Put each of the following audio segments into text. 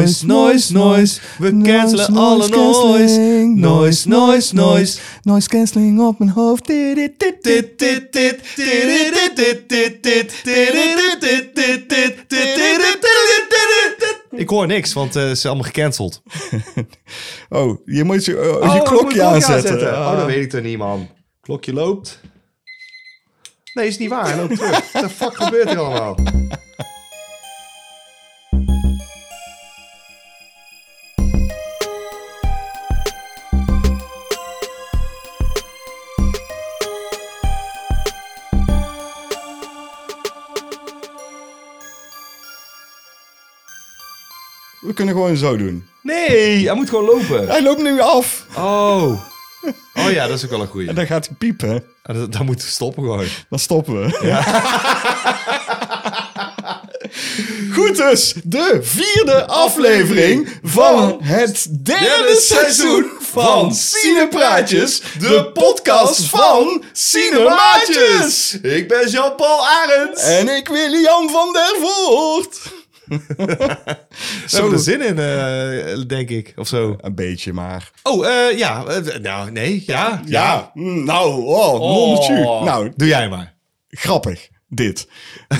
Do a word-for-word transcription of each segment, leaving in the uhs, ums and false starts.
Noise, noise, noise. We cancelen alle noise. Noise, noise, noise. Noise cancelling op mijn hoofd. Ik hoor niks, want uh, het is allemaal gecanceld. Oh, je moet je, uh, oh, je klokje aanzetten. aanzetten. Oh, dat weet ik toch niet, man. Klokje loopt. Nee, is niet waar. Hij loopt terug. Wat de fuck gebeurt er allemaal? We kunnen gewoon zo doen. Nee, hij moet gewoon lopen. Hij loopt nu af. Oh. Oh ja, dat is ook wel een goeie. En dan gaat hij piepen. Dan, dan moeten we stoppen gewoon. Dan stoppen we. Ja. Goed dus, de vierde aflevering van het derde, derde seizoen van Cinepraatjes, de podcast van Cinemaatjes. Ik ben Jean-Paul Arends. En ik William van der Voort. We hebben er zin in, uh, denk ik, of zo. Een beetje, maar... Oh, uh, ja. Uh, nou, nee, ja. Ja. ja. Nou, oh, oh. Nou, doe jij maar. Grappig, dit.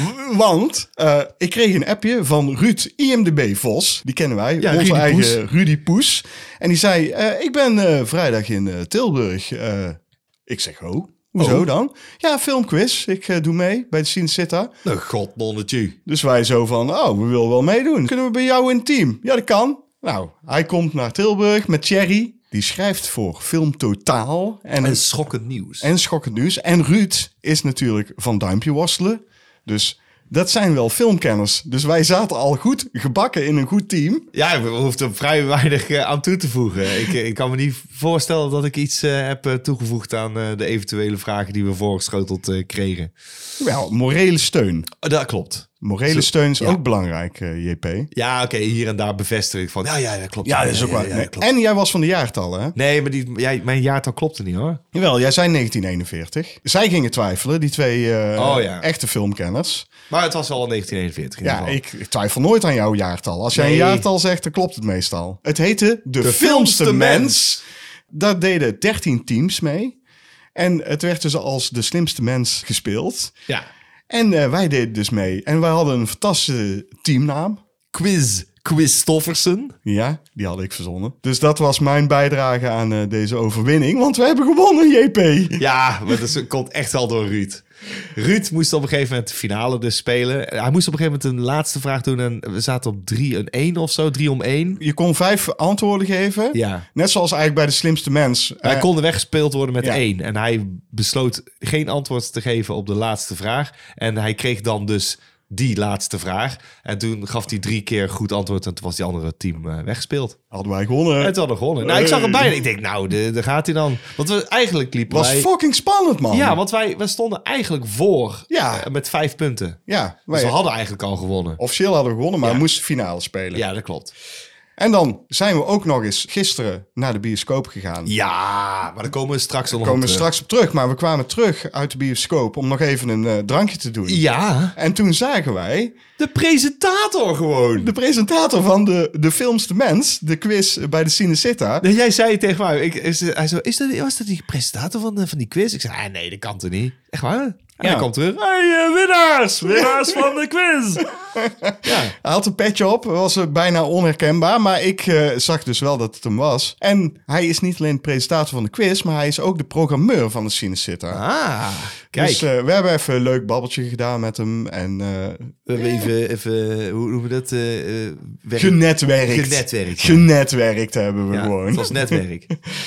Want uh, ik kreeg een appje van Ruud I M D B Vos. Die kennen wij. Ja, onze Rudy eigen Poes. Rudy Poes. En die zei, uh, ik ben uh, vrijdag in uh, Tilburg. Uh, ik zeg, oh. Hoezo oh. dan? Ja, filmquiz. Ik uh, doe mee bij de Cinecittà. Nou, godmonnetje. Dus wij zo van, oh, we willen wel meedoen. Kunnen we bij jou in het team? Ja, dat kan. Nou, hij komt naar Tilburg met Thierry. Die schrijft voor Film Totaal. En, en schokkend nieuws. En schokkend nieuws. En Ruud is natuurlijk van Duimpje Worstelen. Dus... dat zijn wel filmkenners. Dus wij zaten al goed gebakken in een goed team. Ja, we hoefden vrij weinig uh, aan toe te voegen. ik, ik kan me niet voorstellen dat ik iets uh, heb uh, toegevoegd aan uh, de eventuele vragen die we voorgeschoteld uh, kregen. Wel, morele steun. Oh, dat klopt. Morele Zo, steun is ja. ook belangrijk, uh, J P. Ja, oké, okay, hier en daar bevestig ik van... Ja, ja, dat klopt. Ja, dat is ook ja, waar. ja, ja, nee. klopt. En jij was van de jaartallen, hè? Nee, maar die, jij, mijn jaartal klopte niet, hoor. Jawel, jij zei negentien eenenveertig. Zij gingen twijfelen, die twee uh, oh, ja. echte filmkenners. Maar het was al negentien eenenveertig. In ja, ik, ik twijfel nooit aan jouw jaartal. Als jij nee. een jaartal zegt, dan klopt het meestal. Het heette De, de Filmste Mens. Mens. Daar deden dertien teams mee. En het werd dus als De Slimste Mens gespeeld. Ja. En uh, wij deden dus mee. En wij hadden een fantastische teamnaam. Quiz Quiztoffersen. Ja, die had ik verzonnen. Dus dat was mijn bijdrage aan uh, deze overwinning. Want we hebben gewonnen, J P. Ja, maar dat komt echt wel door Ruud. Ruud moest op een gegeven moment de finale dus spelen. Hij moest op een gegeven moment een laatste vraag doen. En we zaten op drie en één of zo. Drie om één. Je kon vijf antwoorden geven. Ja. Net zoals eigenlijk bij De Slimste Mens. Hij uh, kon weggespeeld worden met ja. één. En hij besloot geen antwoord te geven op de laatste vraag. En hij kreeg dan dus die laatste vraag. En toen gaf hij drie keer goed antwoord. En toen was die andere team uh, weggespeeld. Hadden wij gewonnen. En toen hadden we gewonnen. Nou, ik zag het bijna. Ik denk, nou, de, daar gaat hij dan. Want we eigenlijk liepen was wij... fucking spannend, man. Ja, want wij, wij stonden eigenlijk voor. Ja. Uh, met vijf punten. Ja. Dus we hadden eigenlijk al gewonnen. Officieel hadden we gewonnen, maar ja. we moesten finale spelen. Ja, dat klopt. En dan zijn we ook nog eens gisteren naar de bioscoop gegaan. Ja, maar daar komen we straks nog op komen we straks op terug. Maar we kwamen terug uit de bioscoop om nog even een uh, drankje te doen. Ja. En toen zagen wij... de presentator gewoon. De presentator van de, de Filmste Mens. De quiz bij de Cinecittà. Nee, jij zei tegen mij. Ik, is, hij zo, is dat, was dat die presentator van, de, van die quiz? Ik zei, ah, nee, dat kan toch niet? Echt waar? En ja. hij komt terug. Hey, uh, winnaars! Winnaars van de quiz! Ja. Hij had een petje op. Was uh, bijna onherkenbaar. Maar ik uh, zag dus wel dat het hem was. En hij is niet alleen de presentator van de quiz. Maar hij is ook de programmeur van de Cinecittà. Ah, kijk. Dus uh, we hebben even een leuk babbeltje gedaan met hem. En, uh, we hebben even, even, hoe noemen we dat? Uh, uh, werk... Genetwerkt. Genetwerkt. Ja. Genetwerkt hebben we ja, gewoon. Het was netwerk.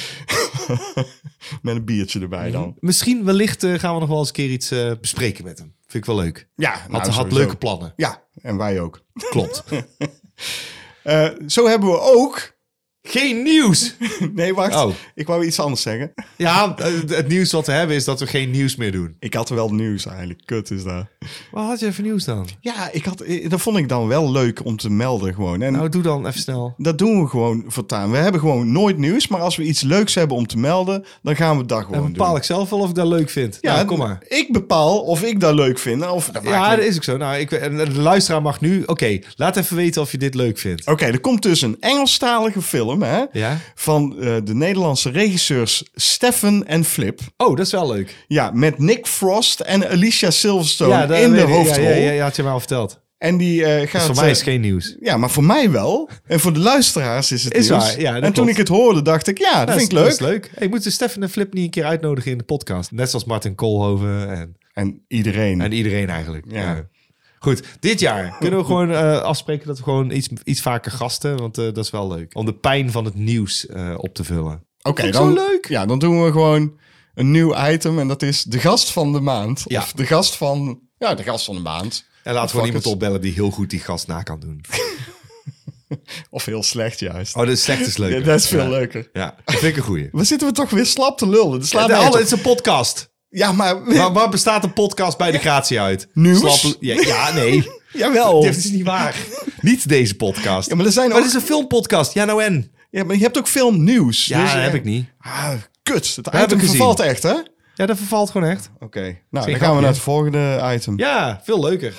Met een biertje erbij dan. Misschien wellicht uh, gaan we nog wel eens een keer iets uh, bespreken met hem. Vind ik wel leuk. Ja, nou, had, had leuke plannen. Ja, en wij ook. Klopt. uh, zo hebben we ook Geen nieuws! Nee, wacht. Oh. Ik wou iets anders zeggen. Ja, het nieuws wat we hebben is dat we geen nieuws meer doen. Ik had wel nieuws eigenlijk. Kut is dat. Wat had je voor nieuws dan? Ja, ik had, dat vond ik dan wel leuk om te melden gewoon. En Nou, doe dan even snel. dat doen we gewoon voortaan. We hebben gewoon nooit nieuws, maar als we iets leuks hebben om te melden, dan gaan we dat gewoon Dan bepaal doen. ik zelf wel of ik dat leuk vind. Ja, nou, kom maar. Ik bepaal of ik dat leuk vind. Of, dat Ja, maakt dat is ook zo. Nou, ik, en de luisteraar mag nu... Oké, okay, laat even weten of je dit leuk vindt. Oké, okay, er komt dus een Engelstalige film hè, ja? van uh, de Nederlandse regisseurs Steffen en Flip. Oh, dat is wel leuk. Ja, met Nick Frost en Alicia Silverstone ja, in de hoofdrol. Ja, ja, ja, had je mij al verteld. En die uh, gaat... Dus voor mij is het geen nieuws. Ja, maar voor mij wel. En voor de luisteraars is het is nieuws. Waar, ja, en klopt. toen ik het hoorde, dacht ik, ja, dat ja, vind ik dat leuk. Dat is leuk. Hey, ik moet de Steffen en Flip niet een keer uitnodigen in de podcast. Net zoals Martin Koolhoven en... En iedereen. En iedereen eigenlijk. Ja. ja. Goed, dit jaar kunnen we gewoon uh, afspreken dat we gewoon iets, iets vaker gasten. Want uh, dat is wel leuk. Om de pijn van het nieuws uh, op te vullen. Oké, okay, dan... zo leuk. Ja, dan doen we gewoon een nieuw item. En dat is de gast van de maand. Ja. Of de gast van... Ja, de gast van de maand. En laten we iemand opbellen die heel goed die gast na kan doen. Of heel slecht juist. Oh, dat is slecht is leuker. Ja, dat is veel ja. leuker. Ja, dat vind ik een goeie. We zitten we toch weer slap te lullen. Dat slaat ja, ja, alle, het is een podcast. Ja, maar... Waar, waar bestaat een podcast bij de gratie uit? Nieuws? Slap, ja, ja, nee. Jawel. Dat is niet waar. Niet deze podcast. Ja, maar er zijn maar ook... het is een filmpodcast. Ja, nou en? Ja, maar je hebt ook filmnieuws. Ja, dus, dat uh, heb ik niet. Ah, kut. Het Dat heb item ik gezien. vervalt echt, hè? Ja, dat vervalt gewoon echt. Oké. Okay. Nou, Geen dan gaan we grapje. naar het volgende item. Ja, veel leuker.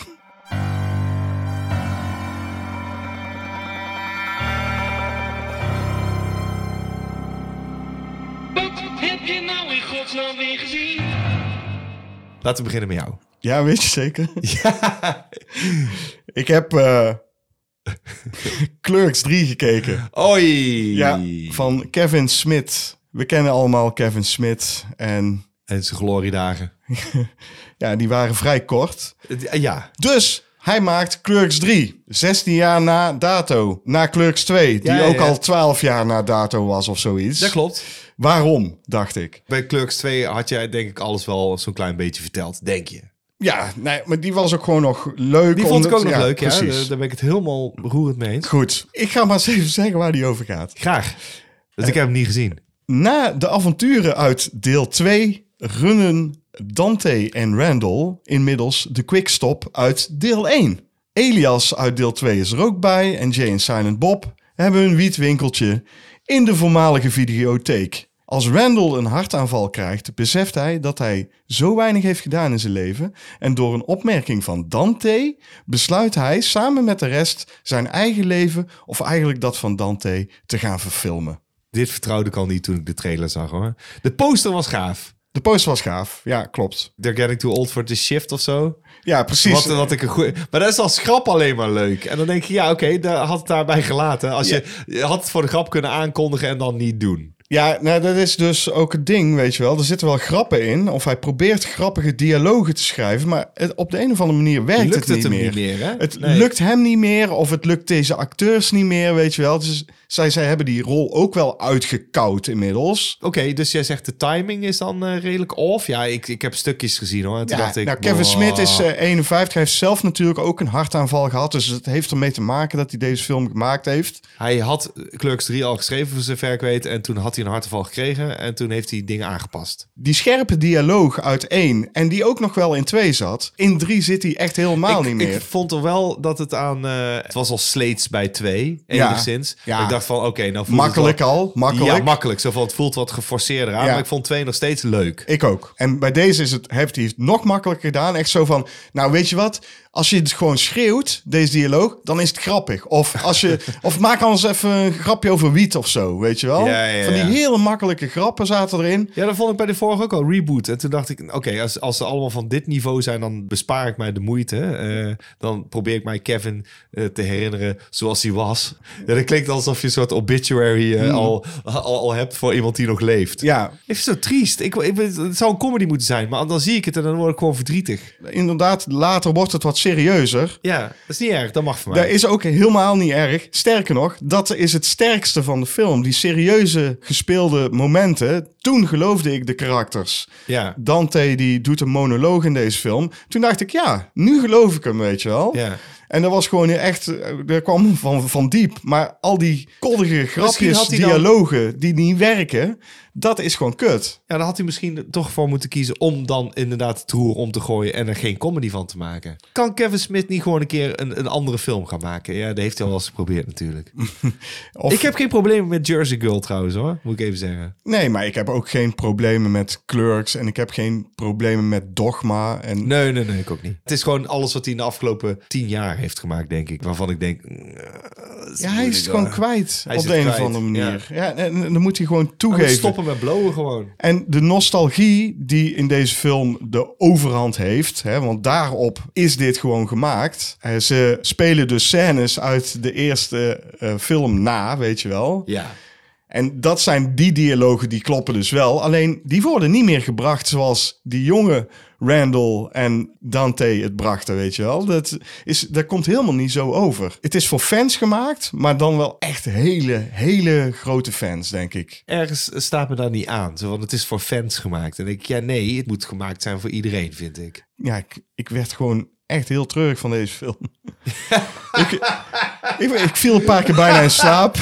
Weer gezien? Laten we beginnen met jou. Ja, weet je zeker? Ja. Ik heb uh, Clerks drie gekeken. Oei. Ja, van Kevin Smith. We kennen allemaal Kevin Smith. En, en zijn gloriedagen. Ja, die waren vrij kort. Ja. Dus hij maakt Clerks drie. zestien jaar na dato. Na Clerks twee. Die ja, ja, ja. ook al twaalf jaar na dato was of zoiets. Dat klopt. Waarom, dacht ik. Bij Clerks twee had jij denk ik alles wel zo'n klein beetje verteld, denk je? Ja, nee, maar die was ook gewoon nog leuk. Die vond ik ook nog ja, leuk, ja. Precies. Daar ben ik het helemaal roerend mee eens. Goed, ik ga maar eens even zeggen waar die over gaat. Graag. Dus uh, ik heb hem niet gezien. Na de avonturen uit deel twee runnen Dante en Randall inmiddels de quickstop uit deel één. Elias uit deel twee is er ook bij en Jay en Silent Bob hebben een wietwinkeltje in de voormalige videotheek. Als Randall een hartaanval krijgt, beseft hij dat hij zo weinig heeft gedaan in zijn leven en door een opmerking van Dante besluit hij samen met de rest zijn eigen leven, of eigenlijk dat van Dante, te gaan verfilmen. Dit vertrouwde ik al niet toen ik de trailer zag, hoor. De poster was gaaf. De poster was gaaf, ja, klopt. They're getting too old for the shift of zo. Ja, precies. Wat, wat ik een goeie... Maar dat is als grap alleen maar leuk. En dan denk je, ja, oké, okay, daar had het daarbij gelaten. Als ja. je, je had het voor de grap kunnen aankondigen en dan niet doen. Ja, nou, dat is dus ook het ding, weet je wel. Er zitten wel grappen in. Of hij probeert grappige dialogen te schrijven. Maar het, op de een of andere manier werkt lukt het niet het hem meer. Niet meer hè? Het nee. lukt hem niet meer. Of het lukt deze acteurs niet meer, weet je wel. Dus zij, zij hebben die rol ook wel uitgekoud inmiddels. Oké, okay, dus jij zegt de timing is dan uh, redelijk off. Ja, ik, ik heb stukjes gezien hoor. En toen ja, dacht ik, nou, Kevin wow. Smith is uh, eenenvijftig. Hij heeft zelf natuurlijk ook een hartaanval gehad. Dus het heeft ermee te maken dat hij deze film gemaakt heeft. Hij had Clerks drie al geschreven, voor zover ik weet. En toen had hij een hartaanval gekregen. En toen heeft hij dingen aangepast. Die scherpe dialoog uit één en die ook nog wel in twee zat. In drie zit hij echt helemaal ik, niet meer. Ik vond er wel dat het aan... Uh, het was al sleets bij twee, enigszins. Ja, ja. Ik dacht van, oké, okay, nou voelt makkelijk het wel, al, makkelijk. Ja, makkelijk. Zo van, het voelt wat geforceerder aan. Ja. Maar ik vond twee nog steeds leuk. Ik ook. En bij deze is het, heeft hij het nog makkelijker gedaan. Echt zo van, nou weet je wat... Als je het gewoon schreeuwt, deze dialoog, dan is het grappig. Of, als je, of maak anders even een grapje over wiet of zo, weet je wel? Ja, ja, van die ja. hele makkelijke grappen zaten erin. Ja, dat vond ik bij de vorige ook al, Reboot. En toen dacht ik, oké, okay, als, als ze allemaal van dit niveau zijn, dan bespaar ik mij de moeite. Uh, dan probeer ik mij Kevin uh, te herinneren zoals hij was. Ja, dat klinkt alsof je een soort obituary uh, mm. al, al, al hebt voor iemand die nog leeft. Ja. Het is zo triest. Ik, ik, het zou een comedy moeten zijn, maar dan zie ik het en dan word ik gewoon verdrietig. Inderdaad, later wordt het wat serieuzer. Ja, dat is niet erg. Dat mag voor mij. Dat is ook helemaal niet erg. Sterker nog, dat is het sterkste van de film. Die serieuze gespeelde momenten, toen geloofde ik de karakters. Ja. Dante die doet een monoloog in deze film. Toen dacht ik, ja, nu geloof ik hem, weet je wel. Ja. En dat was gewoon echt, dat kwam van, van diep. Maar al die koddige grapjes, had hij dan- dialogen die niet werken, dat is gewoon kut. Ja, dan had hij misschien toch voor moeten kiezen om dan inderdaad het roer om te gooien en er geen comedy van te maken. Kan Kevin Smith niet gewoon een keer een, een andere film gaan maken? Ja, dat heeft hij al wel eens geprobeerd natuurlijk. Of, Ik heb geen problemen met Jersey Girl trouwens hoor, moet ik even zeggen. Nee, maar ik heb ook geen problemen met Clerks en ik heb geen problemen met Dogma. En Nee, nee, nee, ik ook niet. Het is gewoon alles wat hij in de afgelopen tien jaar heeft gemaakt, denk ik. Waarvan ik denk... uh, ja, hij is het gewoon kwijt Hij op is de het een of kwijt, andere manier. Ja. en, en dan moet hij gewoon We toegeven. stoppen met blowen gewoon. En de nostalgie die in deze film de overhand heeft, hè, want daarop is dit gewoon gemaakt. Eh, ze spelen dus scènes uit de eerste uh, film na, weet je wel. Ja. En dat zijn die dialogen die kloppen dus wel. Alleen die worden niet meer gebracht zoals die jonge Randall en Dante het brachten, weet je wel. Dat, is, dat komt helemaal niet zo over. Het is voor fans gemaakt, maar dan wel echt hele, hele grote fans, denk ik. Ergens staat me daar niet aan. Zo, want het is voor fans gemaakt. En ik, ja, nee, het moet gemaakt zijn voor iedereen, vind ik. Ja, ik, ik werd gewoon echt heel treurig van deze film. ik, ik, ik viel een paar keer bijna in slaap.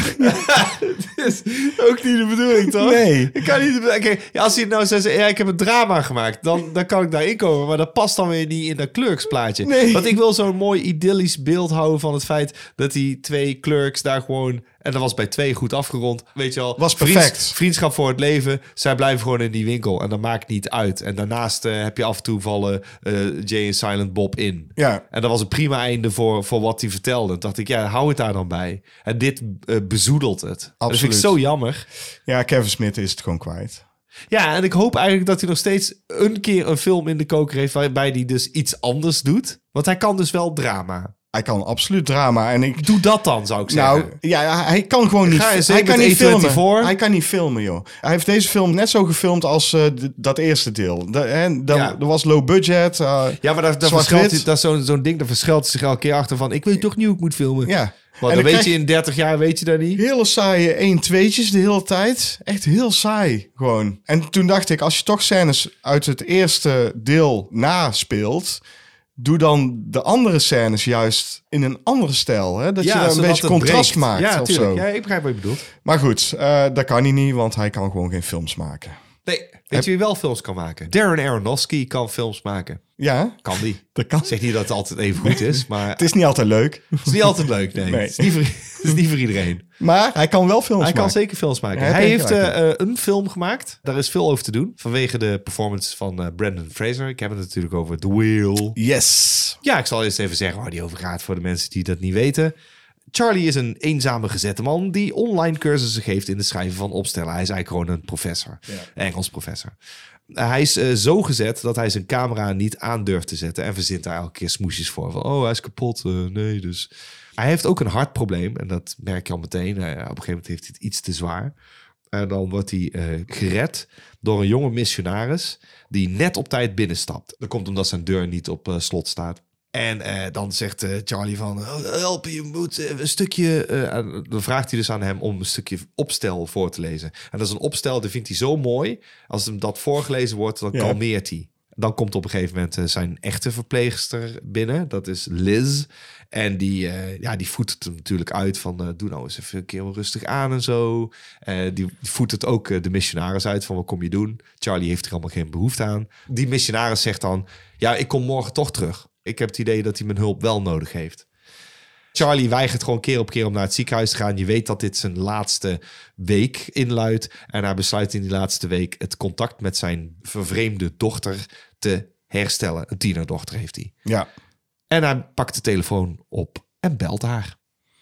Dat is ook niet de bedoeling, toch? Nee. Ik kan niet... Kijk, ja, als hij nou zegt, ja, ik heb een drama gemaakt, dan, dan kan ik daarin komen. Maar dat past dan weer niet in dat Clerks-plaatje. Nee. Want ik wil zo'n mooi idyllisch beeld houden van het feit dat die twee Clerks daar gewoon... En dat was bij twee goed afgerond. Weet je wel. Was perfect. Vriends, vriendschap voor het leven. Zij blijven gewoon in die winkel. En dat maakt niet uit. En daarnaast uh, heb je af en toe vallen uh, Jay en Silent Bob in. Ja. En dat was een prima einde voor, voor wat hij vertelde. Toen dacht ik, ja, hou het daar dan bij. En dit uh, bezoedelt het. Absoluut. Dat vind ik zo jammer. Ja, Kevin Smith is het gewoon kwijt. Ja, en ik hoop eigenlijk dat hij nog steeds een keer een film in de koker heeft... waarbij hij dus iets anders doet. Want hij kan dus wel drama. Hij kan absoluut drama. En ik Doe dat dan, zou ik zeggen. Nou, ja, hij kan gewoon niet. Ga eens hij heen kan met niet filmen. A vierentwintig. Hij kan niet filmen, joh. Hij heeft deze film net zo gefilmd als uh, d- dat eerste deel. Da, hè, dan, Ja. Er was low budget. Uh, Ja, maar daar, daar zwart-wit. verschuilt hij- dat is zo'n zo'n ding, daar verschuilt hij zich elke keer achter van... ik weet toch niet hoe ik moet filmen. Ja. Want En dan dan weet krijg je in dertig jaar, weet je dat niet. Hele saaie één-tweetjes de hele tijd. Echt heel saai, gewoon. En toen dacht ik, als je toch scènes uit het eerste deel naspeelt... doe dan de andere scènes juist in een andere stijl. Hè? Dat je daar een zodat beetje het contrast breekt. maakt Ja, of tuurlijk. zo. Ja, ik begrijp wat je bedoelt. Maar goed, uh, dat kan hij niet, want hij kan gewoon geen films maken. Nee, weet je wie wel films kan maken? Darren Aronofsky kan films maken. Ja, Kan die. dat kan. Ik zeg niet dat het altijd even goed is, maar Het is niet altijd leuk. het is niet altijd leuk. Nee, Nee. Het, is niet voor, het is niet voor iedereen. Maar hij kan wel films Hij maken. kan zeker films maken. Ja, heb Hij je heeft gelijk, uh, uh, een film gemaakt. Daar is veel over te doen. Vanwege de performance van uh, Brendan Fraser. Ik heb het natuurlijk over The Whale. Yes. Ja, ik zal eerst even zeggen waar die over gaat voor de mensen die dat niet weten. Charlie is een eenzame gezette man die online cursussen geeft in het schrijven van opstellen. Hij is eigenlijk gewoon een professor. Ja. Engels professor. Hij is uh, zo gezet dat hij zijn camera niet aan durft te zetten en verzint daar elke keer smoesjes voor. Van, oh, hij is kapot. Uh, nee, dus... Hij heeft ook een hartprobleem en dat merk je al meteen. Uh, op een gegeven moment heeft hij het iets te zwaar. En dan wordt hij uh, gered door een jonge missionaris die net op tijd binnenstapt. Dat komt omdat zijn deur niet op uh, slot staat. En uh, dan zegt uh, Charlie van, oh, help, je moet uh, een stukje... Uh, en dan vraagt hij dus aan hem om een stukje opstel voor te lezen. En dat is een opstel, dat vindt hij zo mooi. Als hem dat voorgelezen wordt, dan Ja. kalmeert hij. Dan komt op een gegeven moment uh, zijn echte verpleegster binnen. Dat is Liz. En die, uh, ja, die voedt het hem natuurlijk uit van... Uh, doe nou eens even een keer wel rustig aan en zo. Uh, die, die voedt het ook uh, de missionaris uit van wat kom je doen? Charlie heeft er allemaal geen behoefte aan. Die missionaris zegt dan... ja, ik kom morgen toch terug. Ik heb het idee dat hij mijn hulp wel nodig heeft. Charlie weigert gewoon keer op keer om naar het ziekenhuis te gaan. Je weet dat dit zijn laatste week inluidt. En hij besluit in die laatste week het contact met zijn vervreemde dochter te herstellen. Een tienerdochter heeft hij. Ja. En hij pakt de telefoon op en belt haar.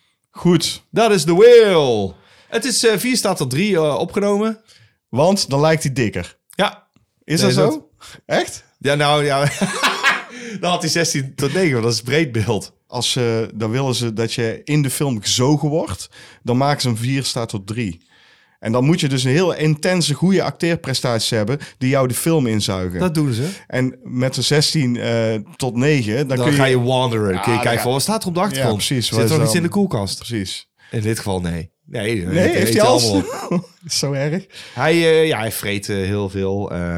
Goed. Dat is The Whale. Het is uh, vier staat tot drie uh, opgenomen. Want dan lijkt hij dikker. Ja. Is Nee, dat dat- zo? Echt? Ja, nou ja. Dan had hij zestien tot negen, want dat is breed beeld. Als ze, dan willen ze dat je in de film gezogen wordt. Dan maken ze hem vier staat tot drie. En dan moet je dus een heel intense, goede acteerprestatie hebben... die jou de film inzuigen. Dat doen ze. En met een zestien uh, tot negen... Dan, Dan kun je... ga je wanderen. Dan kun je dan kijken ga- van wat staat er op de achtergrond. Ja, precies. Zit Wat er is nog iets dan- in de koelkast? Precies. In dit geval nee. Nee, nee heeft, heeft hij alles? Zo erg. Hij, uh, ja, hij vreet uh, heel veel. Uh,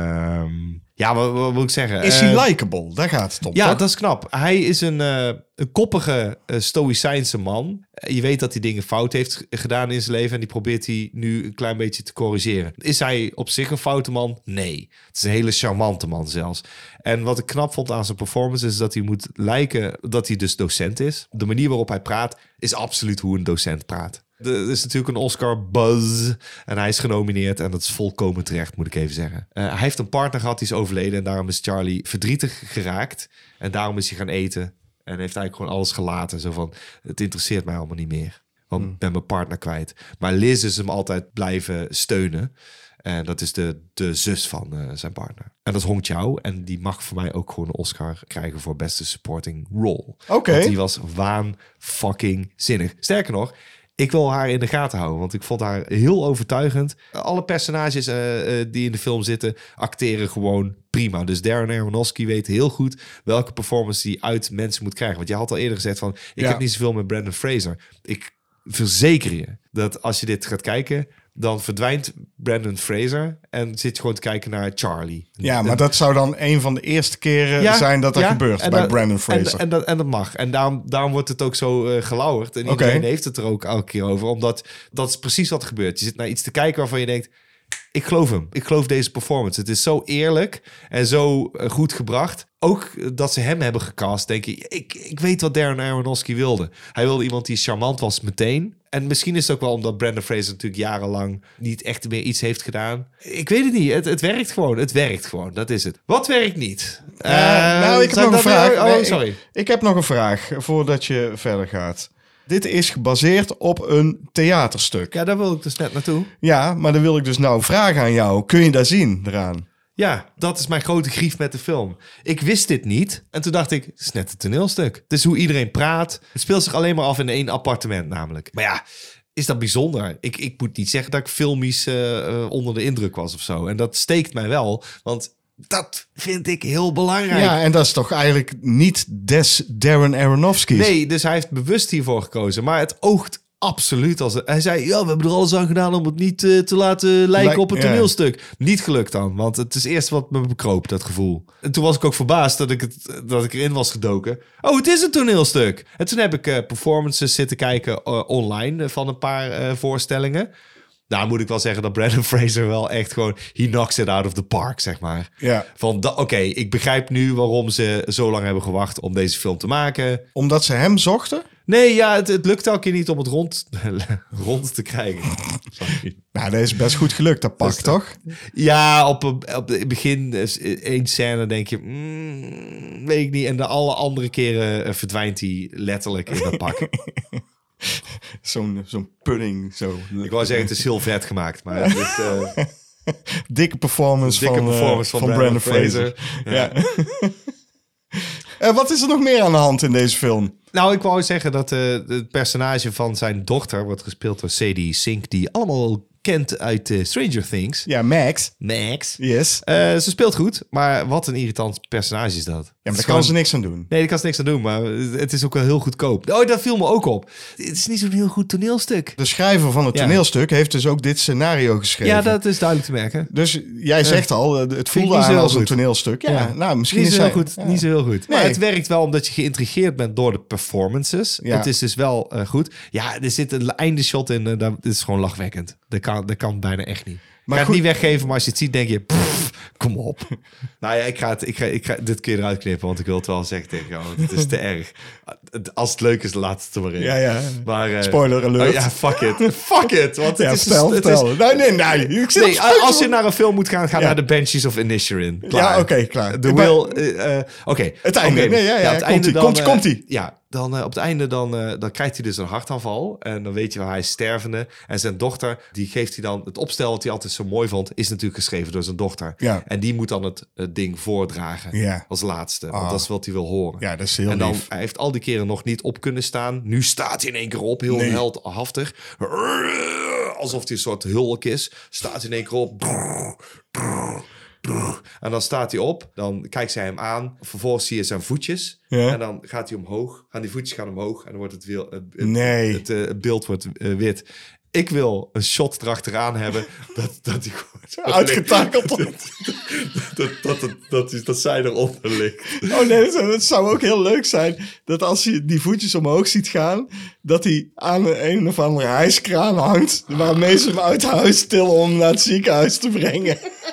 ja, wat, wat moet ik zeggen? Is hij uh, likable? Daar gaat het om. Ja, toch? dat is knap. Hij is een, uh, een koppige, uh, stoïcijnse man. Uh, je weet dat hij dingen fout heeft gedaan in zijn leven en die probeert hij nu een klein beetje te corrigeren. Is hij op zich een foute man? Nee. Het is een hele charmante man zelfs. En wat ik knap vond aan zijn performance is dat hij moet lijken dat hij dus docent is. De manier waarop hij praat is absoluut hoe een docent praat. Er is natuurlijk een Oscar-buzz en hij is genomineerd en dat is volkomen terecht, moet ik even zeggen. Uh, hij heeft een partner gehad die is overleden en daarom is Charlie verdrietig geraakt. En daarom is hij gaan eten en heeft eigenlijk gewoon alles gelaten. Zo van, het interesseert mij allemaal niet meer, want ik ben mijn partner kwijt. Maar Liz is hem altijd blijven steunen. En dat is de, de zus van uh, zijn partner. En dat is Hong Chau. En die mag voor mij ook gewoon een Oscar krijgen voor beste supporting role. Oké. Okay. Want die was waan fucking zinnig. Sterker nog, ik wil haar in de gaten houden, want ik vond haar heel overtuigend. Alle personages uh, uh, die in de film zitten, acteren gewoon prima. Dus Darren Aronofsky weet heel goed welke performance die uit mensen moet krijgen. Want je had al eerder gezegd van, ik ja. heb niet zoveel met Brendan Fraser. Ik verzeker je dat als je dit gaat kijken, dan verdwijnt Brendan Fraser en zit je gewoon te kijken naar Charlie. Ja, maar dat zou dan een van de eerste keren ja, zijn dat dat ja, gebeurt bij dat, Brendan Fraser. En, en, dat, en dat mag. En daarom, daarom wordt het ook zo uh, gelauwerd. En iedereen okay. heeft het er ook elke keer over. Omdat dat is precies wat er gebeurt. Je zit naar iets te kijken waarvan je denkt, ik geloof hem. Ik geloof deze performance. Het is zo eerlijk en zo uh, goed gebracht. Ook dat ze hem hebben gecast, denk ik. Ik, ik weet wat Darren Aronofsky wilde. Hij wilde iemand die charmant was meteen. En misschien is het ook wel omdat Brendan Fraser natuurlijk jarenlang niet echt meer iets heeft gedaan. Ik weet het niet. Het, het werkt gewoon. Het werkt gewoon. Dat is het. Wat werkt niet? Uh, uh, nou, ik heb nog een vraag. Weer... Oh, nee, sorry. Ik, ik heb nog een vraag voordat je verder gaat. Dit is gebaseerd op een theaterstuk. Ja, daar wil ik dus net naartoe. Ja, maar dan wil ik dus nou vragen aan jou. Kun je dat zien eraan? Ja, dat is mijn grote grief met de film. Ik wist dit niet. En toen dacht ik, het is net een toneelstuk. Het is hoe iedereen praat. Het speelt zich alleen maar af in één appartement namelijk. Maar ja, is dat bijzonder? Ik, ik moet niet zeggen dat ik filmisch uh, onder de indruk was of zo. En dat steekt mij wel, want dat vind ik heel belangrijk. Ja, en dat is toch eigenlijk niet des Darren Aronofsky's? Nee, dus hij heeft bewust hiervoor gekozen. Maar het oogt absoluut als... Hij zei, ja, we hebben er alles aan gedaan om het niet uh, te laten lijken Like, op een toneelstuk. Yeah. Niet gelukt dan, want het is eerst wat me bekroop, dat gevoel. En toen was ik ook verbaasd dat ik, het, dat ik erin was gedoken. Oh, het is een toneelstuk. En toen heb ik uh, performances zitten kijken uh, online uh, van een paar uh, voorstellingen. Nou, moet ik wel zeggen dat Brendan Fraser wel echt gewoon... He knocks it out of the park, zeg maar. Ja. Van, oké, okay, ik begrijp nu waarom ze zo lang hebben gewacht om deze film te maken. Omdat ze hem zochten? Nee, ja, het, het lukt elke keer niet om het rond, rond te krijgen. Sorry. Nou, dat is best goed gelukt, dat pak, toch? Ja, op, op het begin, één scène denk je... Mm, weet ik niet. En de alle andere keren verdwijnt hij letterlijk in dat pak. Zo'n, zo'n pudding. Zo. Ik wou zeggen, het is heel vet gemaakt, maar het is... Uh, dikke performance, dikke van, performance uh, van, van Brendan Fraser. Fraser. Ja. Ja. En wat is er nog meer aan de hand in deze film? Nou, ik wou zeggen dat uh, het personage van zijn dochter wordt gespeeld door Sadie Sink, die allemaal kent uit uh, Stranger Things. Ja, Max. Max. Yes. Uh, ze speelt goed, maar wat een irritant personage is dat. Ja, maar daar kan ze niks aan doen. Nee, daar kan ze niks aan doen, maar het is ook wel heel goedkoop. Oh, dat viel me ook op. Het is niet zo'n heel goed toneelstuk. De schrijver van het ja. toneelstuk heeft dus ook dit scenario geschreven. Ja, dat is duidelijk te merken. Dus jij zegt uh, al, het voelde aan als goed. Een toneelstuk. Ja, ja. Nou, misschien niet is zo hij... heel goed. Ja. Niet zo heel goed. Nee. Maar het werkt wel omdat je geïntrigeerd bent door de performances. Ja. Het is dus wel uh, goed. Ja, er zit een einde shot in. Uh, dat is gewoon lachwekkend. Dat kan, dat kan bijna echt niet. Maar ik ga het niet weggeven, maar als je het ziet, denk je... Pff, kom op. Nou ja, ik ga, het, ik, ga, ik ga dit keer eruit knippen, want ik wil het wel zeggen tegen jou. Het is te erg. Als het leuk is, laat het er maar in. Ja, ja. Maar, uh, spoiler alert. Oh, ja, fuck it. Fuck it. Want ja, het is, vertel, het vertel. Is, nee, nee, nee. Ik zit nee als je naar een film moet gaan, ga ja. naar The Banshees of Inisherin. Klaar. Ja, oké, okay, klaar. The Will... Uh, uh, oké. Okay. Het einde. Okay. Nee, ja, ja. ja het komt einde dan, komt, uh, komt ie. Ja, dan uh, op het einde dan, uh, dan krijgt hij dus een hartaanval. En dan weet je wel, hij is stervende. En zijn dochter, die geeft hij dan... Het opstel dat hij altijd zo mooi vond, is natuurlijk geschreven door zijn dochter. Ja. En die moet dan het, het ding voordragen. Ja. Als laatste. Oh. Want dat is wat hij wil horen. Ja, dat is heel En dan, lief. hij heeft al die keren nog niet op kunnen staan. Nu staat hij in één keer op, heel nee. heldhaftig. Alsof hij een soort hulk is. Staat hij in één keer op. En dan staat hij op, dan kijkt zij hem aan. Vervolgens zie je zijn voetjes. Ja. En dan gaat hij omhoog. Gaan die voetjes gaan omhoog. En dan wordt het, wiel, het, het, nee. het, het, het beeld wordt uh, wit. Ik wil een shot erachteraan hebben dat, dat hij gewoon uitgetakeld dat, dat, dat, dat, dat, dat zij eronder ligt. Oh nee, het zou ook heel leuk zijn dat als je die voetjes omhoog ziet gaan, dat hij aan een of andere hijskraan hangt, waarmee ze hem uit huis tillen om naar het ziekenhuis te brengen.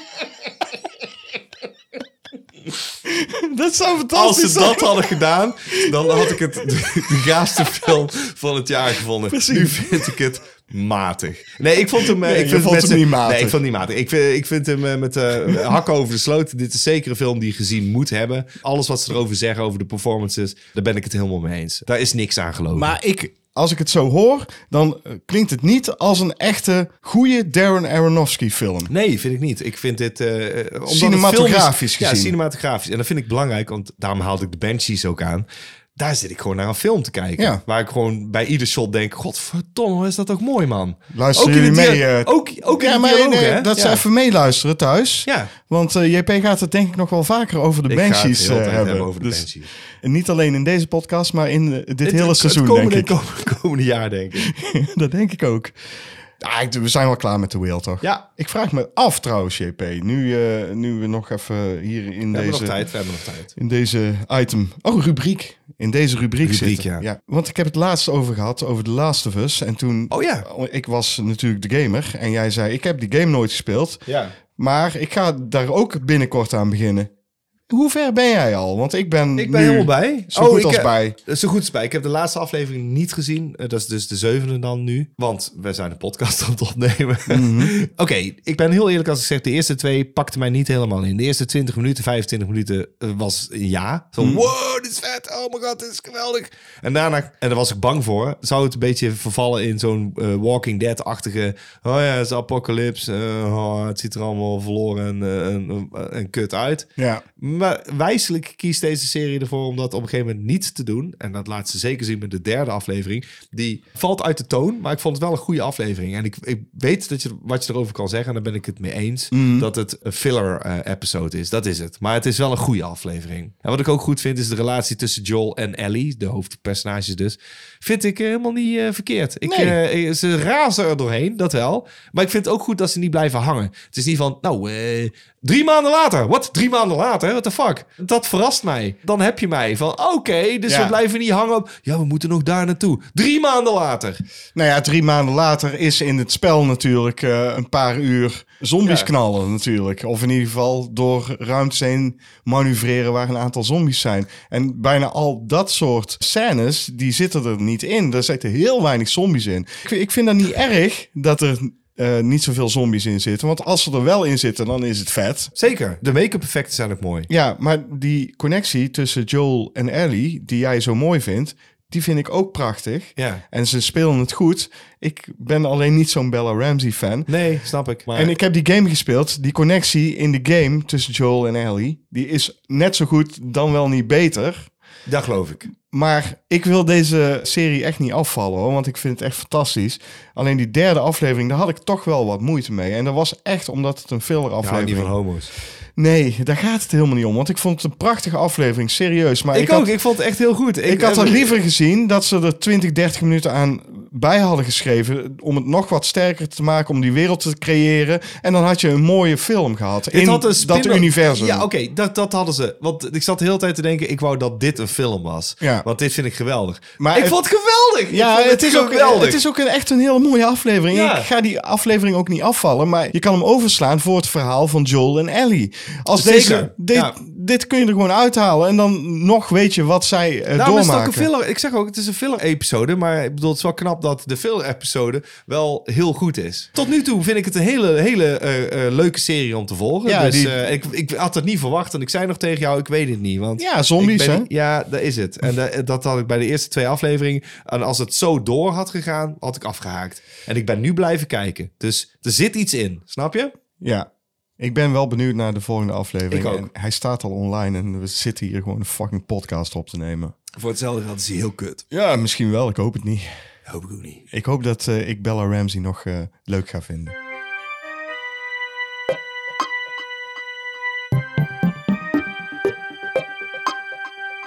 Dat zou fantastisch Als ze zijn. dat hadden gedaan, dan had ik het de, de gaafste film van het jaar gevonden. Precies. Nu vind ik het matig. Nee, ik vond hem, Nee, ik je vind vond met hem z'n- niet matig. Nee, ik vond hem niet matig. Ik vind, ik vind hem uh, met uh, hakken over de sloot. Dit is zeker een film die je gezien moet hebben. Alles wat ze erover zeggen, over de performances, daar ben ik het helemaal mee eens. Daar is niks aan gelogen. Maar ik, als ik het zo hoor, dan uh, klinkt het niet als een echte, goede Darren Aronofsky film. Nee, vind ik niet. Ik vind dit... Uh, omdat Cinematografisch het film is, gezien. Ja, cinematografisch. En dat vind ik belangrijk, want daarom haalde ik de Banshees ook aan. Daar zit ik gewoon naar een film te kijken. Ja. Waar ik gewoon bij ieder shot denk... Godverdomme, wat is dat toch mooi, man. Luisteren Ook in jullie de mee? dia- uh, ook ook in ja, de maar dialoog, nee, hè? dat ze Ja. even meeluisteren thuis. Ja. Want uh, J P gaat het denk ik nog wel vaker over de Ik ga het Banshees de hele uh, tijd hebben. hebben over de Dus- Banshees. En niet alleen in deze podcast, maar in uh, dit Het- hele het- seizoen, het komende, denk ik. komende, komende jaar, denk ik. Dat denk ik ook. Ja, ik- we zijn wel klaar met de Whale, toch? Ja. Ik vraag me af trouwens, J P. Nu, uh, nu we nog even hier in We hebben deze... nog tijd, we hebben nog tijd. In deze item... Oh, rubriek. In deze rubriek, Rubriek, zitten. ja. Want ik heb het laatst over gehad, over The Last of Us. En toen... Oh ja. Ik was natuurlijk de gamer. En jij zei, ik heb die game nooit gespeeld. Ja. Maar ik ga daar ook binnenkort aan beginnen. Hoe ver ben jij al? Want ik ben Ik ben nu helemaal bij. zo Oh, goed ik als heb- bij. Zo goed als bij. Ik heb de laatste aflevering niet gezien. Uh, dat is dus de zevende dan nu. Want we zijn een podcast aan het opnemen. Mhm. Oké, ik ben heel eerlijk als ik zeg... de eerste twee pakten mij niet helemaal in. De eerste twintig minuten, vijfentwintig minuten uh, was een ja. Zo, Mhm. wow, dit is vet. Oh my god, dit is geweldig. En daarna, en daar was ik bang voor... zou het een beetje vervallen in zo'n uh, Walking Dead-achtige... oh ja, het is apocalypse. Uh, oh, het ziet er allemaal verloren en, uh, en, uh, en kut uit. Ja. Maar wijselijk kiest deze serie ervoor om dat op een gegeven moment niet te doen. En dat laat ze zeker zien met de derde aflevering. Die valt uit de toon, maar ik vond het wel een goede aflevering. En ik, ik weet dat je, wat je erover kan zeggen, en daar ben ik het mee eens. Mm. Dat het een filler-episode is. Dat is het. Maar het is wel een goede aflevering. En wat ik ook goed vind, is de relatie tussen Joel en Ellie, de hoofdpersonages dus. Vind ik uh, helemaal niet uh, verkeerd. Ik, Nee. uh, ze razen er doorheen, dat wel. Maar ik vind het ook goed dat ze niet blijven hangen. Het is niet van, nou, uh, drie maanden later. Wat? Drie maanden later? What the fuck? Dat verrast mij. Dan heb je mij van, oké, okay, dus Ja. we blijven niet hangen op... ja, we moeten nog daar naartoe. Drie maanden later. Nou ja, drie maanden later is in het spel natuurlijk uh, een paar uur zombies Ja. knallen natuurlijk. Of in ieder geval door ruimtes heen manoeuvreren waar een aantal zombies zijn. En bijna al dat soort scènes, die zitten er niet in. Er zitten heel weinig zombies in. Ik, ik vind dat niet erg dat er uh, niet zoveel zombies in zitten. Want als ze er wel in zitten, dan is het vet. Zeker. De make-up effecten zijn ook mooi. Ja, maar die connectie tussen Joel en Ellie, die jij zo mooi vindt, die vind ik ook prachtig. Ja. En ze spelen het goed. Ik ben alleen niet zo'n Bella Ramsey fan. Nee, snap ik. Maar... En ik heb die game gespeeld. Die connectie in de game tussen Joel en Ellie, die is net zo goed, dan wel niet beter. Dat geloof ik. Maar ik wil deze serie echt niet afvallen, hoor, want ik vind het echt fantastisch. Alleen die derde aflevering, daar had ik toch wel wat moeite mee. En dat was echt omdat het een filler Ik hou aflevering niet van homo's. Nee, daar gaat het helemaal niet om. Want ik vond het een prachtige aflevering, serieus. Maar Ik, ik, ook. had, Ik vond het echt heel goed. ik had er liever gezien dat ze er twintig, dertig minuten aan bij hadden geschreven. Om het nog wat sterker te maken, om die wereld te creëren. En dan had je een mooie film gehad. Dit in had een dat spin-off- universum. Ja, oké, dat, dat hadden ze. Want ik zat de hele tijd te denken, ik wou dat dit een film was. Ja. Want dit vind ik geweldig. Maar ik het- vond het geweldig! Ja, ik vond het is, ook, geweldig. het is ook een, echt een hele mooie aflevering. Ja. Ik ga die aflevering ook niet afvallen, maar je kan hem overslaan voor het verhaal van Joel en Ellie. Als Zeker, deze, dit, ja. dit kun je er gewoon uithalen en dan nog weet je wat zij uh, Nou, maar is het ook doormaken. een filler. Ik zeg ook, het is een filler-episode. Maar ik bedoel, het is wel knap dat de filler-episode wel heel goed is. Tot nu toe vind ik het een hele, hele uh, uh, leuke serie om te volgen. Ja, dus die- uh, ik, ik had het niet verwacht. En ik zei nog tegen jou, ik weet het niet. Want Ja, zombies, ik ben- hè? Ja, dat is het. En da- dat had ik bij de eerste twee afleveringen. En als het zo door had gegaan, had ik afgehaakt. En ik ben nu blijven kijken. Dus er zit iets in. Snap je? Ja, ik ben wel benieuwd naar de volgende aflevering. Ik ook. En hij staat al online en we zitten hier gewoon een fucking podcast op te nemen. Voor hetzelfde geld is hij heel kut. Ja, misschien wel. Ik hoop het niet. Hoop ik ook niet. Ik hoop dat uh, ik Bella Ramsey nog uh, leuk ga vinden.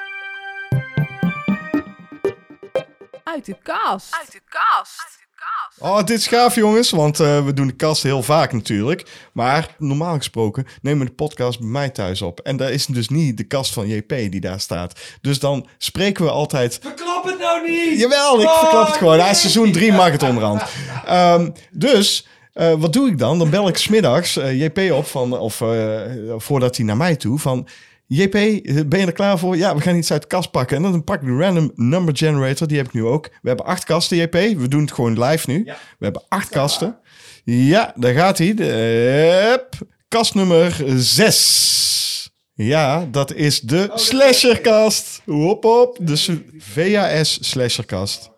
Uit de kast. Uit de kast. Oh, dit is gaaf, jongens, want uh, we doen de kast heel vaak natuurlijk. Maar normaal gesproken nemen we de podcast bij mij thuis op. En daar is dus niet de kast van J P die daar staat. Dus dan spreken we altijd... Verklap het nou niet! Jawel, ik oh, verklap het gewoon. Na seizoen drie mag het onderhand. Um, dus... Uh, wat doe ik dan? Dan bel ik 's middags uh, J P op, van, of uh, voordat hij naar mij toe, van... J P, ben je er klaar voor? Ja, we gaan iets uit de kast pakken. En dan pak ik de random number generator, die heb ik nu ook. We hebben acht kasten, J P. We doen het gewoon live nu. Ja. We hebben acht kasten. Ja, daar gaat hij. Yep. Kast nummer zes. Ja, dat is de oh, slasherkast. Hop, hop. De V H S slasherkast.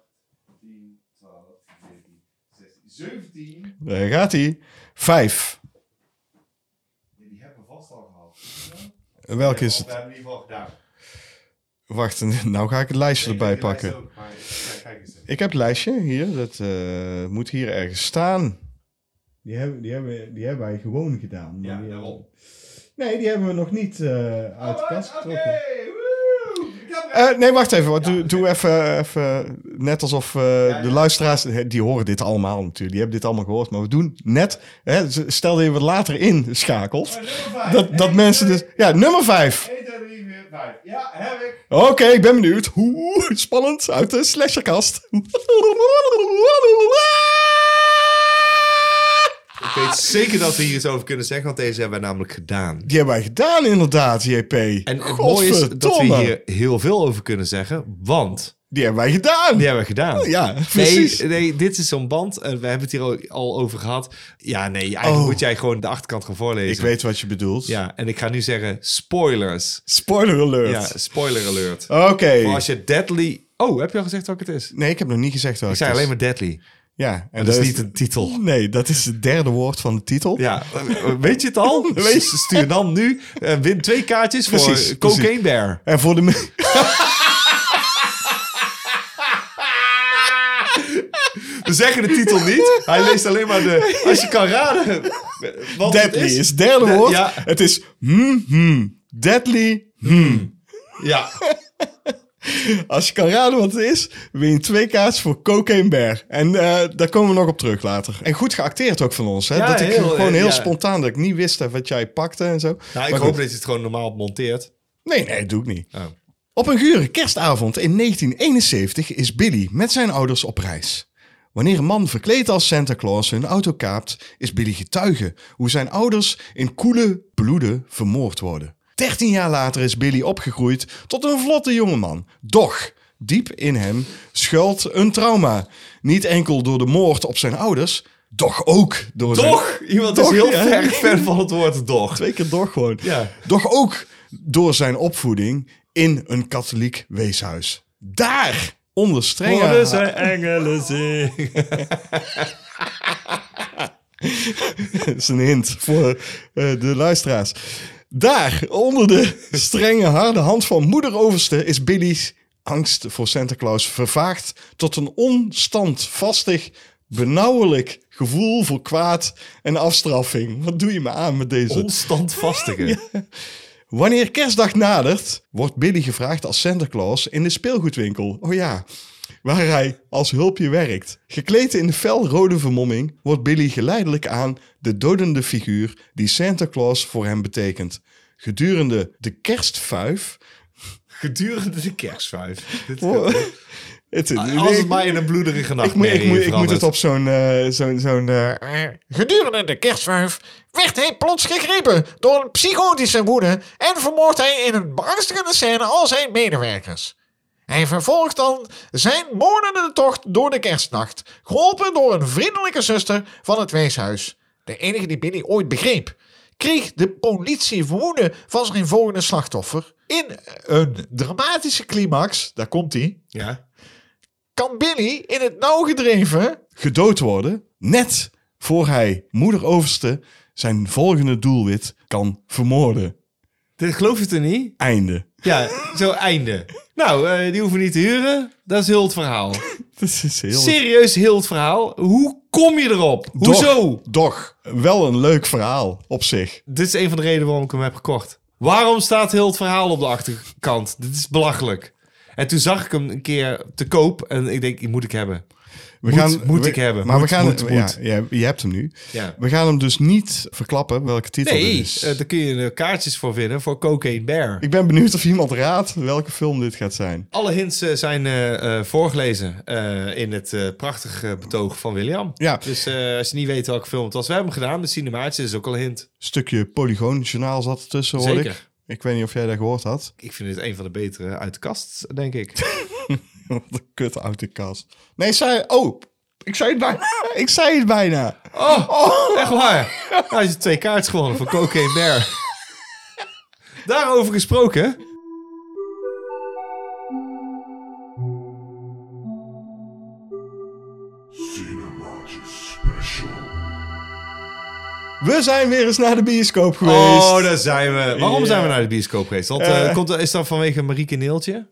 zeventien. Daar gaat hij. Vijf. Die hebben we vast al gehad. Welke is het? We hebben in ieder geval gedaan. Wacht, nou ga ik het lijstje nee, erbij pakken. Ook, maar, kijk eens. Ik heb het lijstje hier. Dat uh, moet hier ergens staan. Die hebben, die hebben, die hebben wij gewoon gedaan. Ja, die daarom. Nee, die hebben we nog niet uh, uit de oh, kast getrokken. Okay. Uh, nee, wacht even. Ja, doe doe even, even net alsof uh, ja, ja. de luisteraars... Die horen dit allemaal natuurlijk. Die hebben dit allemaal gehoord. Maar we doen net... Hè, stel dat je wat later inschakelt. Oh, dat dat mensen dus... Ja, nummer vijf. één, twee, drie, vier, vijf. Ja, heb ik. Oké, okay, ik ben benieuwd. Oeh, spannend. Uit de slasherkast. Ik weet zeker dat we hier iets over kunnen zeggen, want deze hebben wij namelijk gedaan. Die hebben wij gedaan, inderdaad, J P. En het mooie is dat we hier heel veel over kunnen zeggen, want... Die hebben wij gedaan. Die hebben we gedaan. Ja, precies. Nee, nee dit is zo'n band. En we hebben het hier al over gehad. Ja, nee, eigenlijk oh. moet jij gewoon de achterkant gaan voorlezen. Ik weet wat je bedoelt. Ja, en ik ga nu zeggen spoilers. Spoiler alert. Ja, spoiler alert. Oké. Okay. Als je Deadly... Oh, heb je al gezegd welke het is? Nee, ik heb nog niet gezegd welke het is. Ik zei alleen maar Deadly. Ja, en dat is niet een titel. Nee, dat is het derde woord van de titel. Ja, weet je het al? Stuur dan nu. Uh, win twee kaartjes precies, voor Cocaine precies. Bear. En voor de... We zeggen de titel niet. Hij leest alleen maar de... Als je kan raden wat Deadly het is. is het derde De, woord. Ja. Het is... Hmm, hmm. Deadly. Hmm. Ja. Als je kan raden wat het is, win je twee kaartjes voor Cocaine Bear. En uh, daar komen we nog op terug later. En goed geacteerd ook van ons. Hè? Ja, dat ik heel, gewoon heel ja. spontaan, dat ik niet wist wat jij pakte en zo. Nou, ik maar hoop goed. dat je het gewoon normaal monteert. Nee, nee, dat doe ik niet. Oh. Op een gure kerstavond in negentien eenenzeventig is Billy met zijn ouders op reis. Wanneer een man verkleed als Santa Claus hun auto kaapt, is Billy getuige hoe zijn ouders in koele bloeden vermoord worden. dertien jaar later is Billy opgegroeid tot een vlotte jongeman. Doch, diep in hem schuilt een trauma. Niet enkel door de moord op zijn ouders, doch ook door zijn... Doch! Iemand doch, is heel ja. ver fan van het woord doch. Twee keer doch gewoon. Ja. Doch ook door zijn opvoeding in een katholiek weeshuis. Daar, onder strenge... Hoorden zij engelen zingen. Dat is een hint voor uh, de luisteraars. Daar, onder de strenge, harde hand van moeder overste, is Billy's angst voor Santa Claus vervaagd tot een onstandvastig, benauwelijk gevoel voor kwaad en afstraffing. Wat doe je me aan met deze... Onstandvastige? Ja. Wanneer kerstdag nadert, wordt Billy gevraagd als Santa Claus in de speelgoedwinkel. Oh ja, waar hij als hulpje werkt. Gekleed in de felrode vermomming wordt Billy geleidelijk aan de dodende figuur die Santa Claus voor hem betekent. Gedurende de kerstvuif... Gedurende de kerstvuif? Oh, het, als het maar in een bloederige nachtmerrie ik, ik, ik, ik moet het op zo'n... Uh, zo'n, zo'n uh... Gedurende de kerstvuif werd hij plots gegrepen door een psychotische woede en vermoordt hij in een beangstigende scène al zijn medewerkers. Hij vervolgt dan zijn moordende tocht door de kerstnacht, geholpen door een vriendelijke zuster van het weeshuis. De enige die Billy ooit begreep. Kreeg de politie vermoeden van zijn volgende slachtoffer. In een dramatische climax, daar komt hij, ja. kan Billy in het nauw gedreven gedood worden, net voor hij moeder overste zijn volgende doelwit kan vermoorden. Dit geloof je toch niet? Einde. Ja, zo einde. Nou, uh, die hoeven we niet te huren. Dat is heel het verhaal. Dat is heel... Serieus heel het verhaal. Hoe kom je erop? Hoezo? Doch, doch, wel een leuk verhaal op zich. Dit is een van de redenen waarom ik hem heb gekocht. Waarom staat heel het verhaal op de achterkant? Dit is belachelijk. En toen zag ik hem een keer te koop en ik denk, die moet ik hebben. moet, gaan, moet we, ik hebben. Maar moet, we gaan... moet, ja, moet. ja, je hebt hem nu. Ja. We gaan hem dus niet verklappen welke titel Nee, het is. uh, daar kun je uh, kaartjes voor winnen voor Cocaine Bear. Ik ben benieuwd of iemand raadt welke film dit gaat zijn. Alle hints uh, zijn uh, uh, voorgelezen uh, in het uh, prachtige betoog van William. Ja. Dus uh, als je niet weet welke film het was, we hebben hem gedaan met Cinemaatje, is ook al een hint. Stukje Polygoon-journaal zat ertussen, hoor Zeker. ik. Ik weet niet of jij dat gehoord had. Ik vind het een van de betere uit de kast, denk ik. De kut uit de kast. Nee, ik zei... Oh, ik zei het bijna. Ik zei het bijna. Oh, oh. Echt waar? Nou, je hebt twee kaartjes gewonnen voor Cocaine Bear. Daarover gesproken. We zijn weer eens naar de bioscoop geweest. Oh, daar zijn we. Waarom Ja. zijn we naar de bioscoop geweest? Want, uh, uh, komt, is dat vanwege Marieke Neeltje?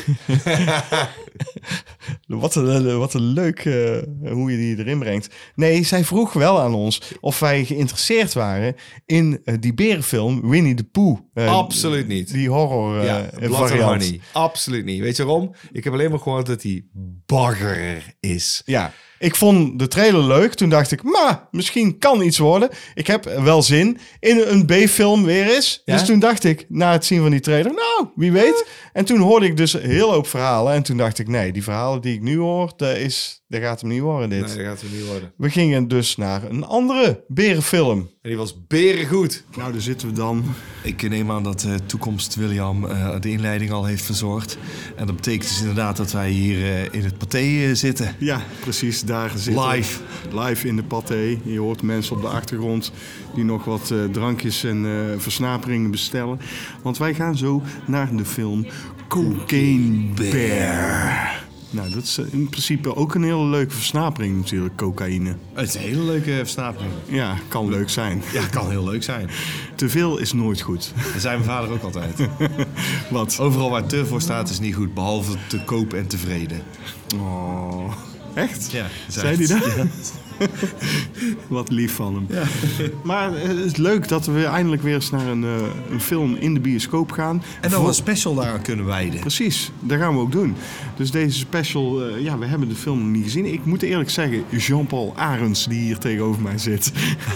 Wat een, wat een leuk uh, hoe je die erin brengt. Nee, zij vroeg wel aan ons of wij geïnteresseerd waren in uh, die berenfilm Winnie the Pooh. Uh, Absoluut niet. Die horror uh, Ja, Blood variant. and Honey. Absoluut niet. Weet je waarom? Ik heb alleen maar gehoord dat hij bagger is. Ja, ik vond de trailer leuk. Toen dacht ik, maar misschien kan iets worden. Ik heb wel zin in een B-film weer eens. Ja? Dus toen dacht ik, na het zien van die trailer, nou, wie weet. En toen hoorde ik dus een heel hoop verhalen. En toen dacht ik, nee, die verhalen die ik nu hoor, dat, is, dat gaat hem niet worden, dit. Nee, dat gaat het niet worden. We gingen dus naar een andere berenfilm. En die was berengoed. Nou, daar zitten we dan. Ik neem aan dat uh, toekomst William uh, de inleiding al heeft verzorgd. En dat betekent dus inderdaad dat wij hier uh, in het paté uh, zitten. Ja, precies, daar zitten Live. Live in de paté. Je hoort mensen op de achtergrond die nog wat uh, drankjes en uh, versnaperingen bestellen. Want wij gaan zo naar de film Cocaine Bear. Nou, dat is in principe ook een hele leuke versnapering natuurlijk, cocaïne. Het is een hele leuke versnapering. Ja, kan leuk zijn. Ja, kan heel leuk zijn. Te veel is nooit goed. Dat zei mijn vader ook altijd. Wat? Overal waar te voor staat is niet goed, behalve te koop en tevreden. Oh, echt? Ja, zei hij dat? Ja. Wat lief van hem. Ja. Maar het is leuk dat we weer eindelijk weer eens naar een, uh, een film in de bioscoop gaan. En dan Voor... een special daar kunnen wijden. Precies, dat gaan we ook doen. Dus deze special, uh, ja, we hebben de film nog niet gezien. Ik moet eerlijk zeggen, Jean-Paul Arends die hier tegenover mij zit.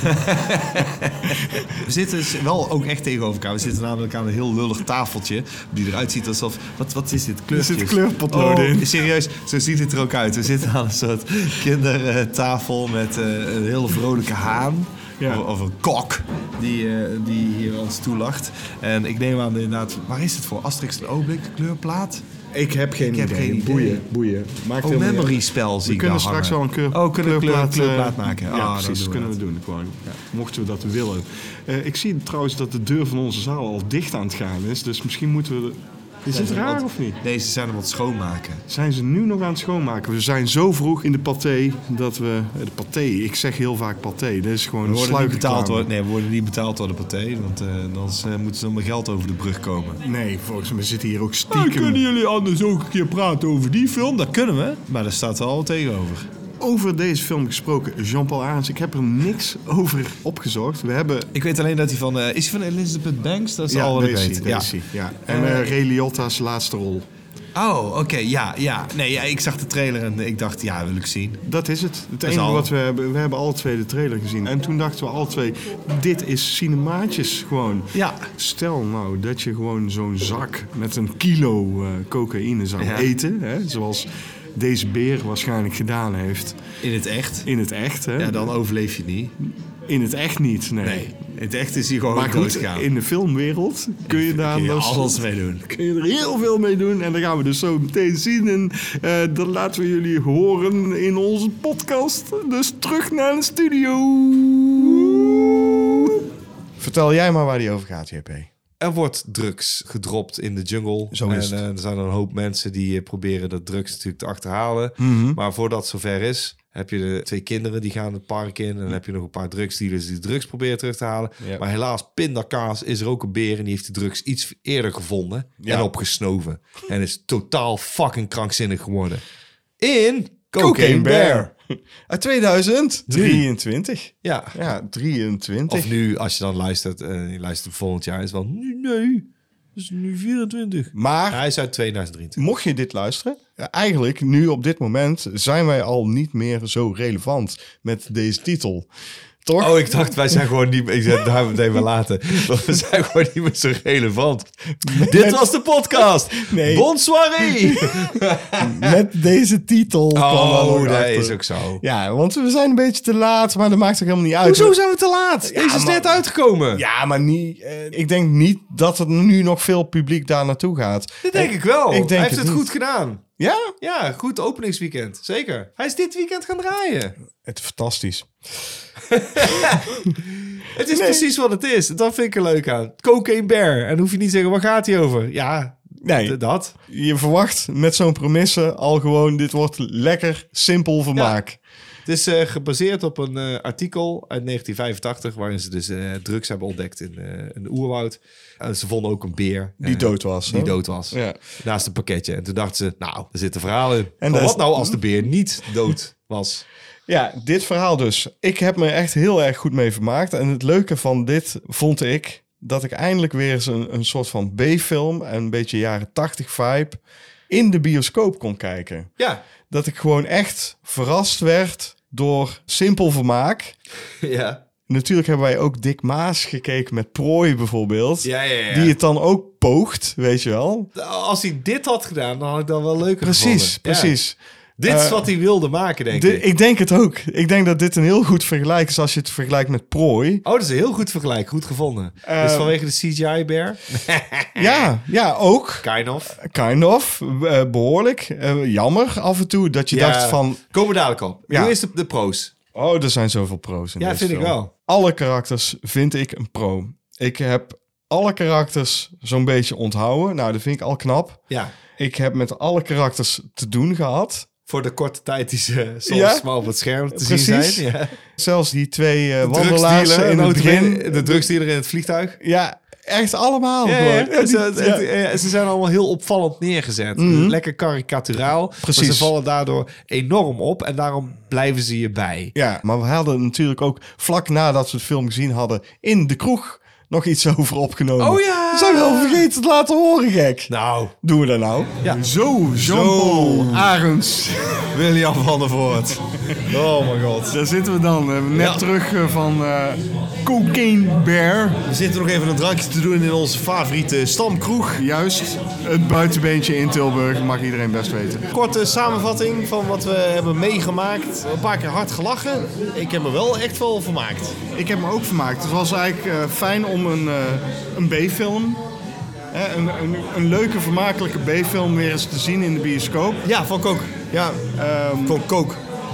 We zitten wel ook echt tegenover elkaar. We zitten namelijk aan een heel lullig tafeltje die eruit ziet alsof... Wat, wat is dit? Kleurtjes? Er zit kleurpotloden oh, in. Serieus, zo ziet het er ook uit. We zitten aan een soort kindertafel met uh, een hele vrolijke haan. Ja. Of, of een kok die, uh, die hier ons toelacht. En ik neem aan inderdaad... Waar is het voor? Asterix en Obelix? Kleurplaat? Ik heb geen ik idee. heb geen idee. Boeien, boeien. Maakt oh, memory spel zie we ik kunnen daar straks hangen. wel een kleur, oh, kunnen kleurplaat, kleur, kleurplaat maken. Ja, ah, precies. Dat kunnen we doen. Gewoon. Ja. Mochten we dat willen. Uh, ik zie trouwens dat de deur van onze zaal al dicht aan het gaan is. Dus misschien moeten we... Is het raar wat, of niet? Nee, ze zijn hem wat schoonmaken. Zijn ze nu nog aan het schoonmaken? We zijn zo vroeg in de paté dat we... De paté, ik zeg heel vaak paté. Dat is gewoon we worden een niet betaald door, Nee, we worden niet betaald door de paté. Want uh, anders uh, moeten ze om geld over de brug komen. Nee, volgens mij zitten hier ook stiekem... Ah, kunnen jullie anders ook een keer praten over die film? Dat kunnen we, maar daar staat wel tegenover. Over deze film gesproken, Jean-Paul Arends. Ik heb er niks over opgezocht. We hebben... Ik weet alleen dat hij van... Uh, is hij van Elizabeth Banks? Dat is ja, al wat ik weet. Is, ja, ja. En uh, Ray Liotta's laatste rol. Oh, oké. Okay, ja, ja. Nee, ja, ik zag de trailer en ik dacht, ja, wil ik zien. Dat is het. Het is enige al... wat we hebben... We hebben alle twee de trailer gezien. En toen dachten we alle twee... Dit is cinemaatjes gewoon. Ja. Stel nou dat je gewoon zo'n zak met een kilo uh, cocaïne zou ja. eten. Hè, zoals... deze beer waarschijnlijk gedaan heeft. In het echt? In het echt, hè? Ja, dan overleef je niet. In het echt niet, nee. Nee, in het echt is hij gewoon maar goed, in de filmwereld kun je daar kun je dus, alles mee doen. Kun je er heel veel mee doen. En dat gaan we dus zo meteen zien. En uh, dat laten we jullie horen in onze podcast. Dus terug naar de studio. Vertel jij maar waar die over gaat, J P. Er wordt drugs gedropt in de jungle. Zo is en het. Uh, er zijn een hoop mensen die uh, proberen dat drugs natuurlijk te achterhalen. Mm-hmm. Maar voordat het zover is, heb je de twee kinderen die gaan het park in. En dan heb je nog een paar drugsdealers die drugs proberen terug te halen. Ja. Maar helaas, pindakaas is er ook een beer en die heeft de drugs iets eerder gevonden. Ja. En opgesnoven. En is totaal fucking krankzinnig geworden. In Cocaine Bear. Uit tweeduizend drieëntwintig. Ja. Ja, drieëntwintig. Of nu, als je dan luistert, uh, je luistert volgend jaar, is wel nee. is nu vierentwintig. Maar Hij is uit tweeduizend drieëntwintig. mocht je dit luisteren, ja, eigenlijk nu op dit moment zijn wij al niet meer zo relevant met deze titel. Toch? Oh, ik dacht, wij zijn gewoon niet meer... Ik zei, daar hebben we het even laten. Want we zijn gewoon niet meer zo relevant. Dit was de podcast. Nee. Bonsoiré. Met deze titel. kwam dan Oh, ook dat achter. is ook zo. Ja, want we zijn een beetje te laat, maar dat maakt ook helemaal niet uit. Hoezo zijn we te laat? Ja, Deze is maar- net uitgekomen. Ja, maar niet, eh, ik denk niet dat er nu nog veel publiek daar naartoe gaat. Dat denk ik wel. Ik denk Hij heeft het het niet. goed gedaan. Ja? Ja, goed openingsweekend. Zeker. Hij is dit weekend gaan draaien. Het is fantastisch. Het is precies wat het is. Dat vind ik er leuk aan. Cocaine Bear. En hoef je niet te zeggen, waar gaat hij over? Ja, Nee, d- dat. je verwacht met zo'n premisse al gewoon, dit wordt lekker, simpel vermaak. Het is eh, gebaseerd op een eh, artikel uit negentien vijfentachtig... waarin ze dus eh, drugs hebben ontdekt in eh, een oerwoud. En ze vonden ook een beer. Die eh, dood was. Die hè? dood was. Ja. Naast een pakketje. En toen dachten ze, nou, er zit een verhaal in. En En dat wat is- nou als de beer niet dood was? Ja, dit verhaal dus. Ik heb me echt heel erg goed mee vermaakt. En het leuke van dit vond ik dat ik eindelijk weer eens een, een soort van B-film... en een beetje jaren tachtig vibe in de bioscoop kon kijken. Ja. Dat ik gewoon echt verrast werd door simpel vermaak. Ja. Natuurlijk hebben wij ook Dick Maas gekeken met Prooi bijvoorbeeld. Ja, ja, ja. Die het dan ook poogt, weet je wel. Als hij dit had gedaan, dan had ik dat wel leuker Precies, gevonden. Ja. precies. Dit is Eh, wat hij wilde maken, denk Di- ik. ik denk het ook. Ik denk dat dit een heel goed vergelijk is als je het vergelijkt met Prooi. Oh, dat is een heel goed vergelijk. Goed gevonden. Eh, dus vanwege de C G I-bear? Ja, ja, ook. Kind of. Kind of. eh, behoorlijk. Eh, jammer af en toe dat je Ja, dacht van... Komen we dadelijk op. Ja. Doe eerst de, de pro's. Oh, er zijn zoveel pro's in Ja, deze vind ik film. wel. Alle karakters vind ik een pro. Ik heb alle karakters zo'n beetje onthouden. Nou, dat vind ik al knap. Ja. Ik heb met alle karakters te doen gehad. Voor de korte tijd die ze soms Ja. maar op het scherm te Precies. zien zijn. Ja. Zelfs die twee eh, De wandelaars drugsdealer in het nota begin. bene, De drugsdealer in het vliegtuig. Ja, echt allemaal. Ja, gewoon. ja. Ja, die- Ze, het- ja. het- eh, ze zijn allemaal heel opvallend neergezet. Lekker karikaturaal. Maar Precies. ze vallen daardoor enorm op. En daarom blijven ze je bij. Ja, maar we hadden natuurlijk ook vlak nadat we het film gezien hadden in de kroeg nog iets over opgenomen. Oh ja! Zijn we wel vergeten te laten horen, gek. Nou, Doen we dat nou? Ja. Zo, Jean-Paul Arends. William van der Voort. Oh mijn god. Daar zitten we dan. eh, net Ja. terug eh, van eh, Cocaine Bear. We zitten nog even een drankje te doen in onze favoriete stamkroeg. Juist. Het buitenbeentje in Tilburg, mag iedereen best weten. Korte samenvatting van wat we hebben meegemaakt. Een paar keer hard gelachen. Ik heb me wel echt wel vermaakt. Ik heb me ook vermaakt. Het was eigenlijk eh, fijn om een, eh, een B-film... Hè, een, een, een leuke, vermakelijke B-film weer eens te zien in de bioscoop. Ja, van Kook. Ja, Ehm, van Kook.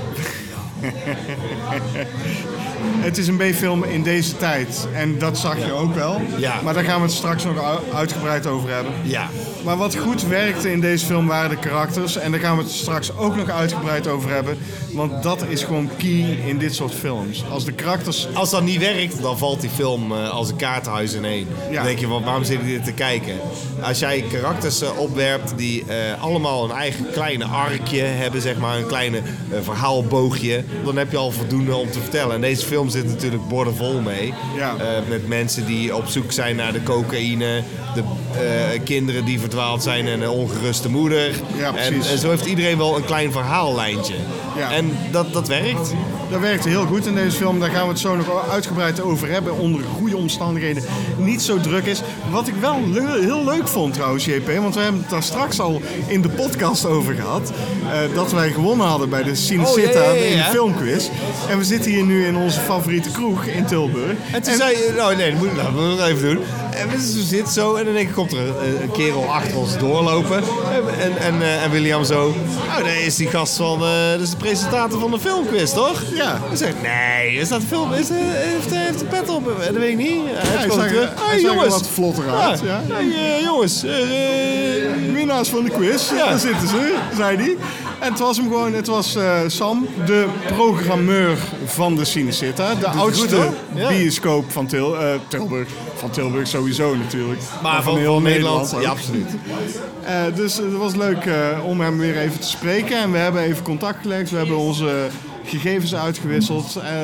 Het is een B-film in deze tijd. En dat zag je ook wel. Ja. Maar daar gaan we het straks nog u- uitgebreid over hebben. Ja. Maar wat goed werkte in deze film waren de karakters. En daar gaan we het straks ook nog uitgebreid over hebben. Want dat is gewoon key in dit soort films. Als de karakters... Als dat niet werkt, dan valt die film eh, als een kaartenhuis ineen. Ja. Dan denk je, van, waarom zit ik dit te kijken? Als jij karakters eh, opwerpt die eh, allemaal een eigen kleine arkje hebben, zeg maar, een kleine eh, verhaalboogje, dan heb je al voldoende om te vertellen. En deze film zit natuurlijk bordenvol mee. Ja. Eh, met mensen die op zoek zijn naar de cocaïne, de eh, kinderen die verdwaald zijn en een ongeruste moeder. Ja, en, precies. en zo heeft iedereen wel een klein verhaallijntje. Ja. En dat, dat werkt. Dat werkte heel goed in deze film. Daar gaan we het zo nog uitgebreid over hebben. Onder goede omstandigheden. Niet zo druk is. Wat ik wel le- heel leuk vond trouwens, J P. Want we hebben het daar straks al in de podcast over gehad. eh, dat wij gewonnen hadden bij de Cinecitta Oh, ja, ja, ja, in de ja. filmquiz. En we zitten hier nu in onze favoriete kroeg in Tilburg. En toen zei je, nou nee, dat moet ik nou, dat moet ik nog even doen. En we zitten zo en dan denk ik, komt er een, een kerel achter ons doorlopen. En, en, en, eh, en William zo, oh nee, is die gast van, eh dat is de presentator van de filmquiz, toch? Ja. Hij zegt, nee, is dat de film, is, eh, heeft, heeft de pet op? En dat weet ik niet. Hij hij heeft gewoon zag er- terug. hij Hey, zag er jongens. wat vlotter uit, ja. Hey, eh, jongens. eh, eh, Winnaars van de quiz, Ja. daar zitten ze, zei hij. En het was hem gewoon, het was eh, Sam, de programmeur van de Cinecitta. De oudste hoor. Ja. bioscoop van Til, eh, Tilburg. Van Tilburg sowieso natuurlijk. Maar van, van Nederland, ook. ja absoluut. Eh, dus het was leuk eh, om hem weer even te spreken. En we hebben even contact gelegd. We hebben onze gegevens uitgewisseld. Uh,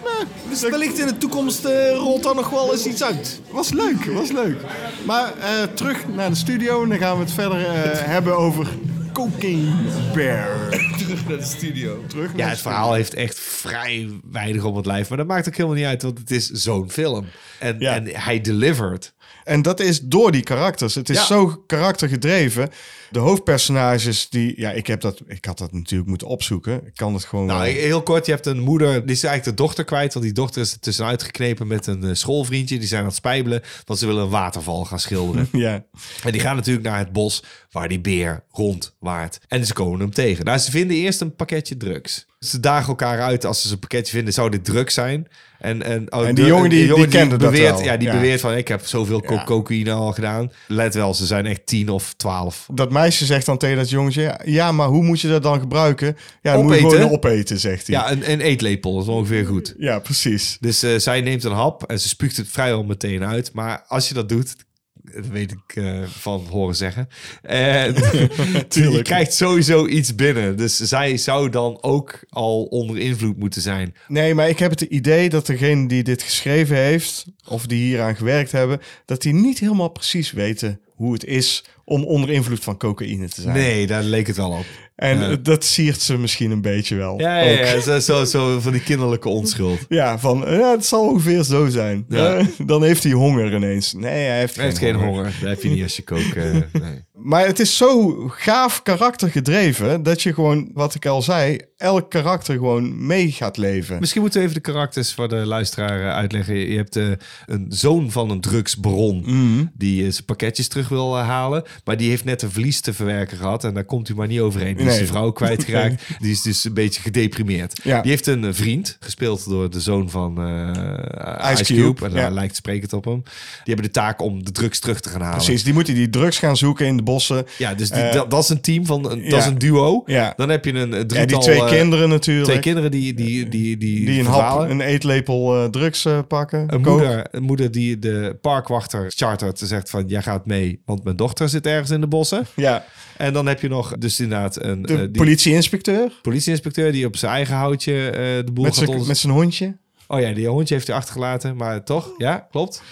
dus wellicht in de toekomst uh, rolt daar nog wel eens iets uit. Was leuk, was leuk. Maar uh, terug naar de studio en dan gaan we het verder uh, hebben over Cocaine Bear. Terug naar de studio. Terug naar ja, de het studio. verhaal heeft echt vrij weinig op het lijf. Maar dat maakt ook helemaal niet uit, want het is zo'n film. En, Ja. en hij delivered. En dat is door die karakters. Het is Ja. zo karaktergedreven. De hoofdpersonages die... Ja, ik, heb dat, ik had dat natuurlijk moeten opzoeken. Ik kan het gewoon... Nou, wel- heel kort, je hebt een moeder, die is eigenlijk de dochter kwijt. Want die dochter is er tussenuit geknepen met een uh, schoolvriendje. Die zijn aan het spijbelen, want ze willen een waterval gaan schilderen. Ja. En die gaan natuurlijk naar het bos waar die beer rondwaart. En ze komen hem tegen. Nou, ze vinden eerst een pakketje drugs. Ze dagen elkaar uit als ze zo'n pakketje vinden. Zou dit drugs zijn? En, en, oh, En die de- jongen die- die kende dat beweert, wel. Ja, die Ja. beweert van ik heb zoveel co- Ja. cocaïne al gedaan. Let wel, ze zijn echt tien of twaalf. Dat meisje zegt dan tegen dat jongetje... Ja, ja, maar hoe moet je dat dan gebruiken? Ja, dan moet je Opeten. gewoon opeten, zegt hij. Ja, een, een eetlepel, dat is ongeveer goed. Ja, precies. Dus uh, zij neemt een hap en ze spuugt het vrijwel meteen uit. Maar als je dat doet, dat weet ik uh, van horen zeggen. En je krijgt sowieso iets binnen. Dus zij zou dan ook al onder invloed moeten zijn. Nee, maar ik heb het idee dat degene die dit geschreven heeft... of die hieraan gewerkt hebben... dat die niet helemaal precies weten hoe het is... om onder invloed van cocaïne te zijn. Nee, daar leek het wel op. En Ja. dat siert ze misschien een beetje wel. Ja, ja, ook. ja zo, zo, zo van die kinderlijke onschuld. Ja, van, ja, het zal ongeveer zo zijn. Ja. Eh, dan heeft hij honger ineens. Nee, hij heeft, Hij heeft geen honger. Dat heb je niet als je kookt. uh, nee. Maar het is zo gaaf karaktergedreven... dat je gewoon, wat ik al zei... elk karakter gewoon mee gaat leven. Misschien moeten we even de karakters voor de luisteraar uh, uitleggen. Je hebt uh, een zoon van een drugsbaron... Mm. die uh, zijn pakketjes terug wil uh, halen. Maar die heeft net een verlies te verwerken gehad... en daar komt hij maar niet overheen. Die is Nee. zijn vrouw kwijtgeraakt. Die is dus een beetje gedeprimeerd. Ja. Die heeft een uh, vriend, gespeeld door de zoon van uh, Ice, Ice Cube. Cube, En daar ja. lijkt sprekend op hem. Die hebben de taak om de drugs terug te gaan halen. Precies, die moeten die drugs gaan zoeken in de bossen. Ja, dus die, Uh, dat, dat is een team, van, een, dat ja. is een duo. Ja. Dan heb je een, een Ja, drietal... die twee uh, kinderen natuurlijk. Twee kinderen die, die, die, die, die een vervalen. hap, een eetlepel uh, drugs uh, pakken. Een Kook. moeder, een moeder die de parkwachter chartert zegt van... jij gaat mee, want mijn dochter zit ergens in de bossen. Ja, En dan heb je nog dus inderdaad een de uh, die politieinspecteur. politieinspecteur... die op zijn eigen houtje uh, de boel Met gaat zijn ons... met zijn hondje. Oh ja, die hondje heeft hij achtergelaten, maar toch? Ja, klopt.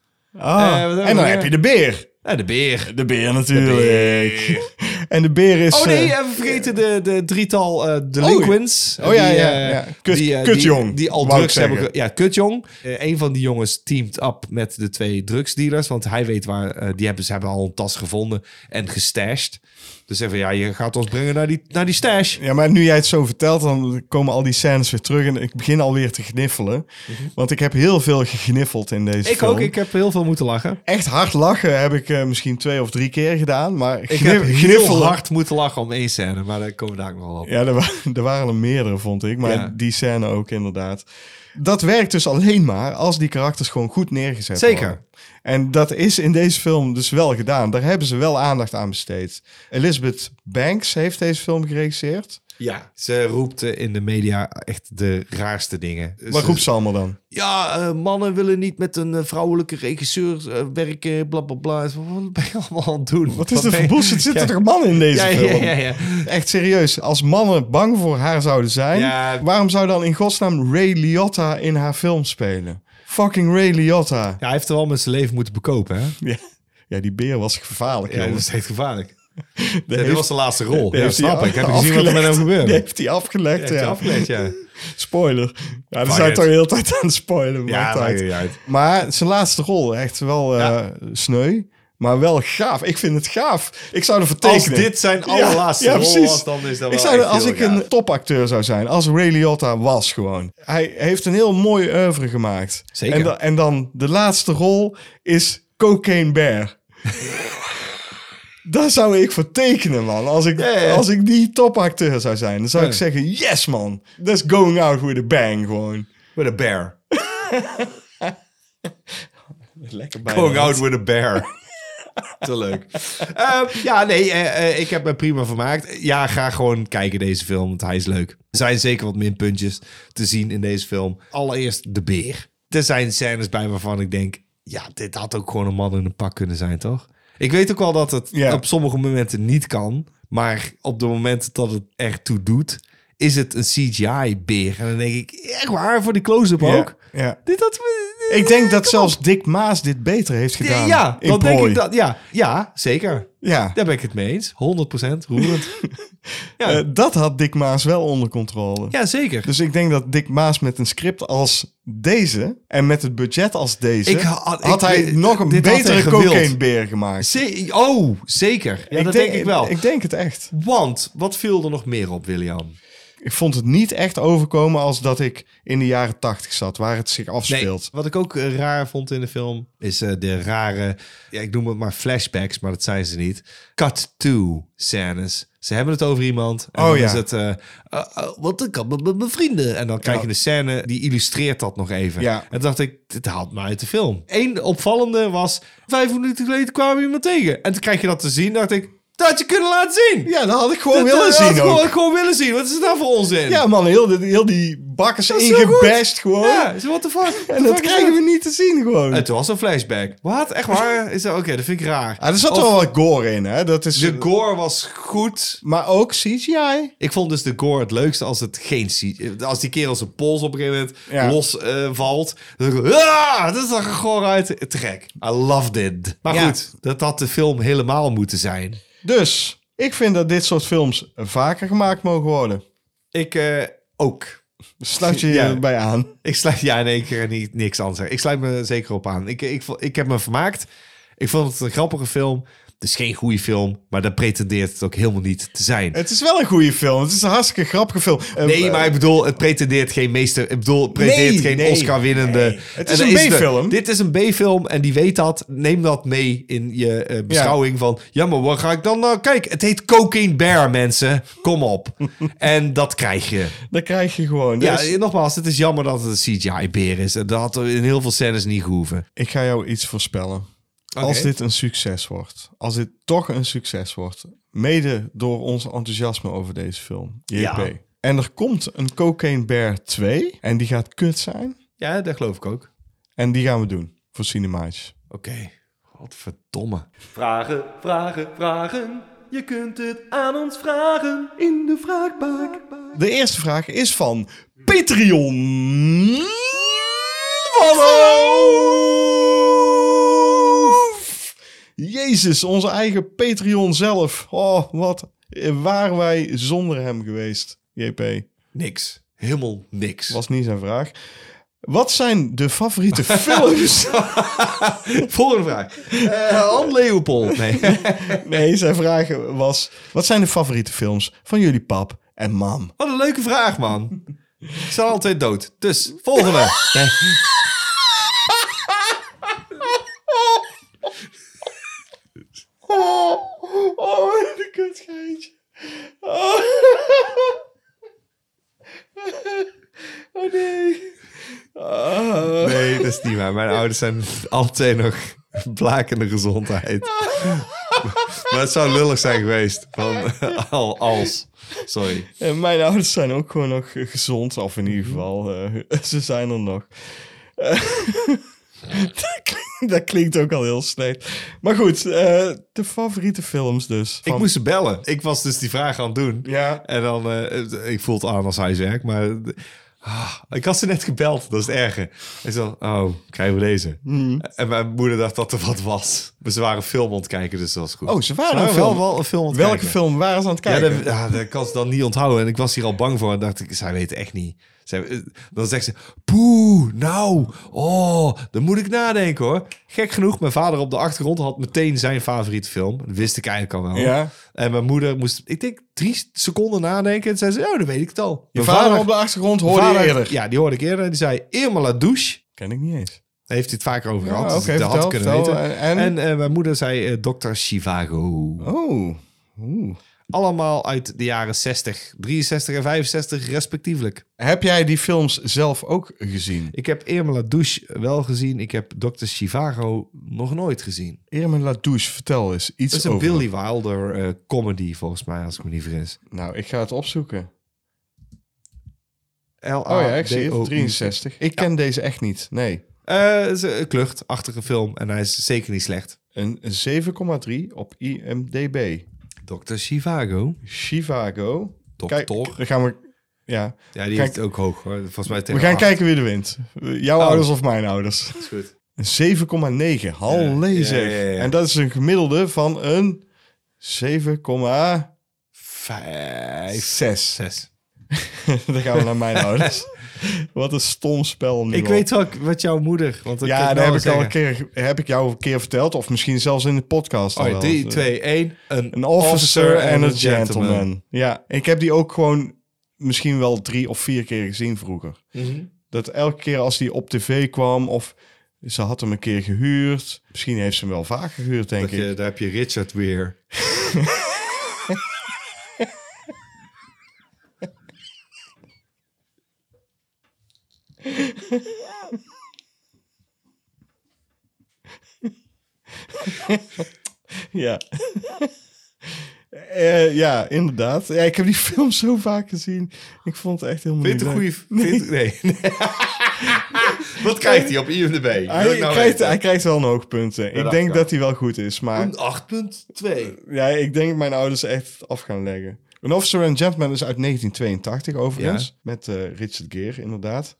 Ah, Eh, wat hebben en dan we heb weer? je de beer. Ja, de beer. De beer natuurlijk. En de beer is... Oh nee, uh, even vergeten de, de drietal uh, delinquents. Oh ja, die, ja, uh, ja. Kut- die, uh, kutjong, Die, die al wou ik drugs hebben... zeggen. ge- Ja, kutjong. Uh, een van die jongens teamt up met de twee drugsdealers. Want hij weet waar... uh, die hebben, ze hebben al een tas gevonden en gestashed. Dus even, ja, je gaat ons brengen naar die, naar die stash. Ja, maar nu jij het zo vertelt, dan komen al die scènes weer terug. En ik begin alweer te gniffelen. Want ik heb heel veel gegniffeld in deze Ik film. ook, ik heb heel veel moeten lachen. Echt hard lachen heb ik uh, misschien twee of drie keer gedaan. Maar Ik gnif- heb heel gniffelen- hard moeten lachen om één scène, maar daar komen we daar nog wel op. Ja, er, wa- er waren er meerdere, vond ik. Maar Ja. die scène ook inderdaad. Dat werkt dus alleen maar als die karakters gewoon goed neergezet Zeker. worden. En dat is in deze film dus wel gedaan. Daar hebben ze wel aandacht aan besteed. Elizabeth Banks heeft deze film geregisseerd. Ja, ze roept uh, in de media echt de raarste dingen. Wat roept ze allemaal dan? Ja, uh, mannen willen niet met een uh, vrouwelijke regisseur uh, werken, bla bla bla. Wat ben je allemaal aan het doen? Wat is er ben voor je- bullshit? Zitten Ja. er mannen in deze Ja, ja, film? ja, ja. Echt serieus. Als mannen bang voor haar zouden zijn... Ja. waarom zou dan in godsnaam Ray Liotta in haar film spelen? Fucking Ray Liotta. Ja, hij heeft er wel met zijn leven moeten bekopen, hè? Ja, ja die beer was gevaarlijk. Ja, dat jongen. is echt gevaarlijk. Die Ja, dit heeft- was de laatste rol. die Ja, heeft hij snap af- ik. Heb je gezien wat er met hem afgelegd. gebeurde? Die heeft hij afgelegd, Heeft ja. hij afgelegd, ja. Spoiler. Ja, we Fuck zijn it. toch de hele tijd aan het spoilen. Ja, maakt maakt uit. niet uit. Maar zijn laatste rol, echt wel uh, Ja. sneu. Maar wel gaaf. Ik vind het gaaf. Ik zou ervoor Als tekenen. dit zijn allerlaatste ja, rol precies. was, dan is dat ik wel zou, echt als heel ik gaaf. een topacteur zou zijn, als Ray Liotta was gewoon. Hij heeft een heel mooi oeuvre gemaakt. Zeker. En, da- en dan de laatste rol is Cocaine Bear. Daar zou ik voor tekenen, man. Als ik, Ja, ja. als ik die topacteur zou zijn, dan zou Ja. ik zeggen, yes, man. That's going out with a bang, gewoon. With a bear. Lekker bij. Going out with a bear. Te leuk. Uh, ja, nee, uh, uh, ik heb me prima vermaakt. Ja, ga gewoon kijken deze film, want hij is leuk. Er zijn zeker wat minpuntjes te zien in deze film. Allereerst de beer. Er zijn scènes bij waarvan ik denk... ja, dit had ook gewoon een man in een pak kunnen zijn, toch? Ik weet ook wel dat het Ja. op sommige momenten niet kan. Maar op de momenten dat het ertoe doet... is het een C G I-beer. En dan denk ik, echt waar, voor die close-up ook? Ja, ja. Dit had... Ik denk dat zelfs Dick Maas dit beter heeft gedaan. Ja, in dan denk Prooi. ik dat... Ja, ja, zeker. Ja. Daar ben ik het mee eens. honderd procent roerend. Ja. Uh, dat had Dick Maas wel onder controle. Ja, zeker. Dus ik denk dat Dick Maas met een script als deze en met het budget als deze, Ik had- had ik- hij dit- nog een dit had hij betere gewild. cocainebeer gemaakt. Ze- oh, zeker. Ja, dat denk, ik wel. Ik denk het echt. Want, wat viel er nog meer op, William? Ik vond het niet echt overkomen als dat ik in de jaren tachtig zat, waar het zich Nee, afspeelt. wat ik ook eh, raar vond in de film, is eh, de rare, ja, ik noem het maar flashbacks, maar dat zijn ze niet. Cut-to scènes. Ze hebben het over iemand. En Oh, dan ja. is het, eh, uh, uh, wat ik kan met met mijn vrienden. En dan krijg je Ja. de scène, die illustreert dat nog even. Ja. En toen dacht ik, dit haalt me uit de film. Eén opvallende was, vijf minuten geleden kwam iemand tegen. En toen krijg je dat te zien, dacht ik, dat had je kunnen laten zien. Ja, dat had ik gewoon Dat- willen dat had zien ik ook. gewoon, gewoon willen zien. Wat is het nou voor onzin? Ja man, heel, die- heel die bakkers Dat is zo ingebest gewoon. Ja, so what the fuck? En dat krijgen we niet te zien gewoon. Het was een flashback. Wat? Echt waar? Is dat oké? Dat vind ik raar. Ah, er zat Of- wel wat gore in, hè? Dat is, De gore was goed. maar ook C G I. Ik vond dus de gore het leukste als het geen C G I... Als die kerel zijn pols op een gegeven moment Ja. los eh, valt. Dan denk ik, ah, dat zag er gore uit. Te gek. I loved it. Maar Ja. goed, dat had de film helemaal moeten zijn. Dus, ik vind dat dit soort films vaker gemaakt mogen worden. Ik eh, ook. Sluit je Ja. hierbij aan? Ik sluit... Ja, nee, ik ga niet niks anders zeggen. Ik sluit me zeker op aan. Ik, ik, vo- ik heb me vermaakt. Ik vond het een grappige film. Het is geen goede film, maar dat pretendeert het ook helemaal niet te zijn. Het is wel een goede film. Het is een hartstikke grappige film. Eh, Nee, eh, maar ik bedoel, het pretendeert geen meester... Ik bedoel, het pretendeert Nee, geen nee, Oscar-winnende... nee. Het is En een dan de- B-film. Dit is een B-film en die weet dat. Neem dat mee in je eh, beschouwing van... Ja, maar waar ga ik dan naar? Kijk, het heet Cocaine Bear, mensen. Kom op. En dat krijg je. Dat krijg je gewoon. Dus Ja, nogmaals, het is jammer dat het een C G I-beer is. Dat had er in heel veel scènes niet gehoeven. ik ga jou iets voorspellen. Oké. Als dit een succes wordt. Als dit toch een succes wordt. Mede door ons enthousiasme over deze film. J P. Ja. En er komt een Cocaine Bear twee. En die gaat kut zijn. Ja, dat geloof ik ook. En die gaan we doen. Voor Cinemaatjes. Oké. Godverdomme. Vragen, vragen, vragen. Je kunt het aan ons vragen in de vraagbak. De eerste vraag is van Patreon. Jezus, onze eigen Patreon zelf. Oh, wat waren wij zonder hem geweest, J P? Niks. Helemaal niks. Was niet zijn vraag. Wat zijn de favoriete films? Volgende vraag. Uh, Anne Leopold. Nee. Nee, zijn vraag was... Wat zijn de favoriete films van jullie pap en mam? Wat een leuke vraag, man. Ze zijn altijd dood. Dus, volgende. Nee. Oh, oh wat een kutgeintje. Oh. Oh nee. Oh. Nee, dat is niet waar. Mijn ouders zijn alle twee nog blakende gezondheid. Maar het zou lullig zijn geweest. Van, al, als. Sorry. En mijn ouders zijn ook gewoon nog gezond. Of in ieder geval, eh, ze zijn er nog. Eh, dat, klinkt, dat klinkt ook al heel slecht. Maar goed, eh, de favoriete films dus. Ik van- moest ze bellen. Ik was dus die vraag aan het doen. Ja. En dan, eh, ik voel het aan als huiswerk, maar ah, ik had ze net gebeld. Dat is het erge. Ik zei, oh, krijgen we deze? Hmm. En mijn moeder dacht dat er wat was. Maar ze waren een film aan het kijken, dus dat was goed. Oh, ze waren Ze een wel, film. wel een film aan het Welke kijken. film waren ze aan het Ja, kijken? dat, ja, dat kan ze dan niet onthouden. En ik was hier al bang voor. En dacht ik, zij weten echt niet. Zij, dan zegt ze, poeh, nou, oh, dan moet ik nadenken hoor. Gek genoeg, mijn vader op de achtergrond had meteen zijn favoriete film. Dat wist ik eigenlijk al wel. Ja. En mijn moeder moest, ik denk, drie seconden nadenken. En zei ze, oh, dan weet ik het al. Je Mijn vader, op de achtergrond hoorde vader- je eerder. Ja, die hoorde ik eerder. En die zei, Irma la douche. Ken ik niet eens. Daar heeft hij het vaker over Ja, gehad. Dus oké, dat had ik vertel, kunnen vertel. weten. En? En, eh, mijn moeder zei, uh, dokter Chivago. Oh. Oeh. Allemaal uit de jaren zestig, drieënzestig en vijfenzestig respectievelijk. Heb jij die films zelf ook gezien? Ik heb Irma la douche wel gezien. Ik heb dokter Chivago nog nooit gezien. Irma La Douche, vertel eens iets Dat is een over. Billy Wilder eh, comedy volgens mij, als ik me niet vergis. Nou, ik ga het opzoeken. L A D O U. Oh ja, ik zie het. drieënzestig. Ik ken deze echt niet. Nee. Eh, het is een kluchtachtige film en hij is zeker niet slecht. Een zeven komma drie op I M D B. dokter Chivago. Chivago. Kijk, Dokter. dan gaan we... Ja, Ja, die Kijk, heeft het ook hoog, hoor. Volgens mij we tegen gaan acht. kijken wie er wint. Jouw Oh. ouders of mijn ouders. Dat is goed. Een zeven komma negen. Hallee Ja, zeg. ja, ja, ja. En dat is een gemiddelde van een zeven komma Vijf. zes. Zes. Dan gaan we naar mijn ouders. Wat een stom spel nu Ik al. weet wel wat jouw moeder... Want dan Ja, kan dat heb wel ik al een zeggen. keer, heb ik jou een keer verteld. Of misschien zelfs in de podcast. al Oh, wel. drie, twee, één. Een, Een officer en een gentleman. Ja, ik heb die ook gewoon misschien wel drie of vier keer gezien vroeger. Mhm. Dat elke keer als die op tv kwam of ze had hem een keer gehuurd. Misschien heeft ze hem wel vaak gehuurd, denk Dat je, ik. daar heb je Richard weer. Ja. Eh, ja, inderdaad. Ja, ik heb die film zo vaak gezien. Ik vond het echt helemaal Vind je het een niet goede... leuk. Vind, nee. nee. Wat krijgt hij op I M D B? Hij, Wil ik nou krijgt, weten? hij krijgt wel een hoogpunten. Ik dacht denk ik dat hij wel goed is, maar... Een acht komma twee. Ja, ik denk dat mijn ouders echt af gaan leggen. Een Officer and Gentleman is uit negentien tweeëntachtig overigens. Ja. Met eh, Richard Gere, inderdaad.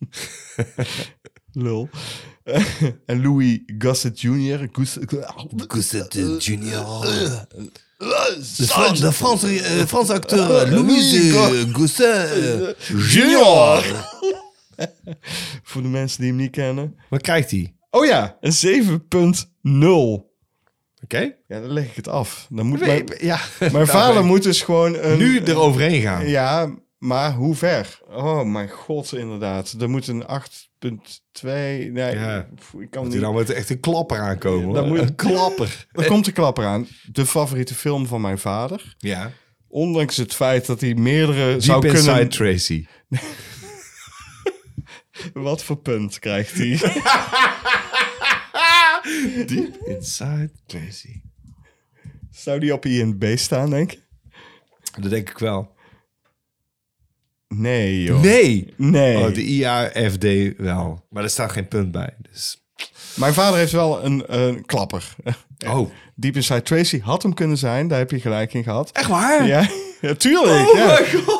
Lul. En Louis Gossett junior Gossett junior De, Fran de Franse, uh, Franse acteur Louis Gossett junior Voor de mensen die hem niet kennen. Wat krijgt hij? Oh ja, een zeven punt nul. Oké. Okay. Ja, dan leg ik het af. Dan moet Nee, mijn, ja. mijn vader moet dus gewoon... Een, nu eroverheen gaan. Ja, maar hoe ver? Oh mijn god, inderdaad. Er moet een acht punt twee... Nee, Ja. ik kan Moet niet... hij dan met echt een klapper aankomen? Dan hoor. moet- Een klapper. Er komt de klapper aan. De favoriete film van mijn vader. Ja. Ondanks het feit dat hij meerdere Deep zou Inside kunnen... Tracy. Wat voor punt krijgt hij? Deep Inside Tracy. Zou die op I M D B staan, denk ik? Dat denk ik wel. Nee, joh. Nee. Nee. Oh, de I A F D wel. Maar er staat geen punt bij. Dus... Mijn vader heeft wel een, een klapper. Oh. Deep Inside Tracy had hem kunnen zijn. Daar heb je gelijk in gehad. Echt waar? Ja, ja tuurlijk. Oh ja. my god.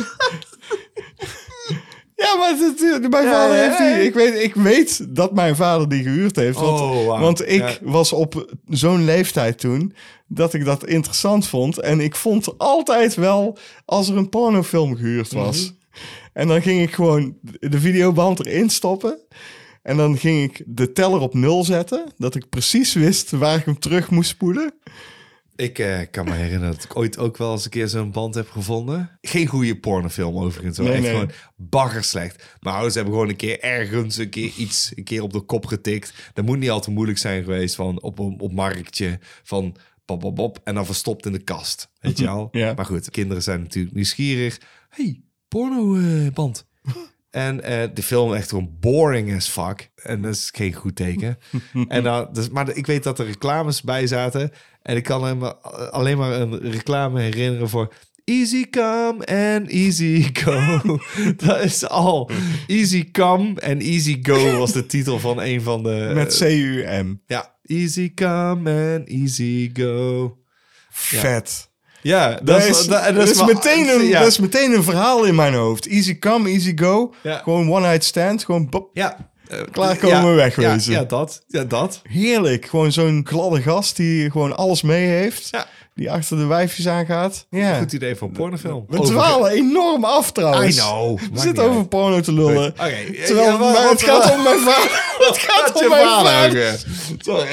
Ja, maar het, mijn Ja, vader ja, heeft die... ja. Ik weet, ik weet dat mijn vader die gehuurd heeft. Want, Oh, wauw. want ik Ja. was op zo'n leeftijd toen... dat ik dat interessant vond. En ik vond altijd wel... als er een pornofilm gehuurd was... Mhm. en dan ging ik gewoon de videoband erin stoppen... en dan ging ik de teller op nul zetten... dat ik precies wist waar ik hem terug moest spoelen... Ik eh, kan me herinneren dat ik ooit ook wel eens een keer zo'n band heb gevonden. Geen goede pornofilm overigens. Hoor. Nee, Echt nee. gewoon baggerslecht. Mijn ouders hebben gewoon een keer ergens een keer iets een keer op de kop getikt. Dat moet niet al te moeilijk zijn geweest van op een op marktje van pop, pop, pop. En dan verstopt in de kast. Weet je al? Ja. Maar goed, kinderen zijn natuurlijk nieuwsgierig. Hey, pornoband. En eh, de film echt gewoon boring as fuck. En dat is geen goed teken. en dan, dus, maar ik weet dat er reclames bij zaten. En ik kan hem alleen maar een reclame herinneren voor... Easy come and easy go. Dat is al. Easy come and easy go was de titel van een van de... met C U M. Ja, easy come and easy go. Vet. Ja, dat, Dat is, is, dat, dat is wel- meteen een, ja. dat is meteen een verhaal in mijn hoofd. Easy come, easy go. Ja. Gewoon one night stand. Gewoon bop. Ja. eh, Klaarkomen, ja, wegwezen. Ja, ja, dat. Ja, dat. Heerlijk. Gewoon zo'n gladde gast die gewoon alles mee heeft. Ja. Die achter de wijfjes aangaat. Ja. Goed idee voor een pornofilm. We dwalen enorm af trouwens. I know. We Maakt zitten niet over uit. porno te lullen. Oké. Terwijl Ja, wat- maar wat- het gaat wat- om mijn vader. Het gaat Wat om je mijn vader vader. ook, Sorry.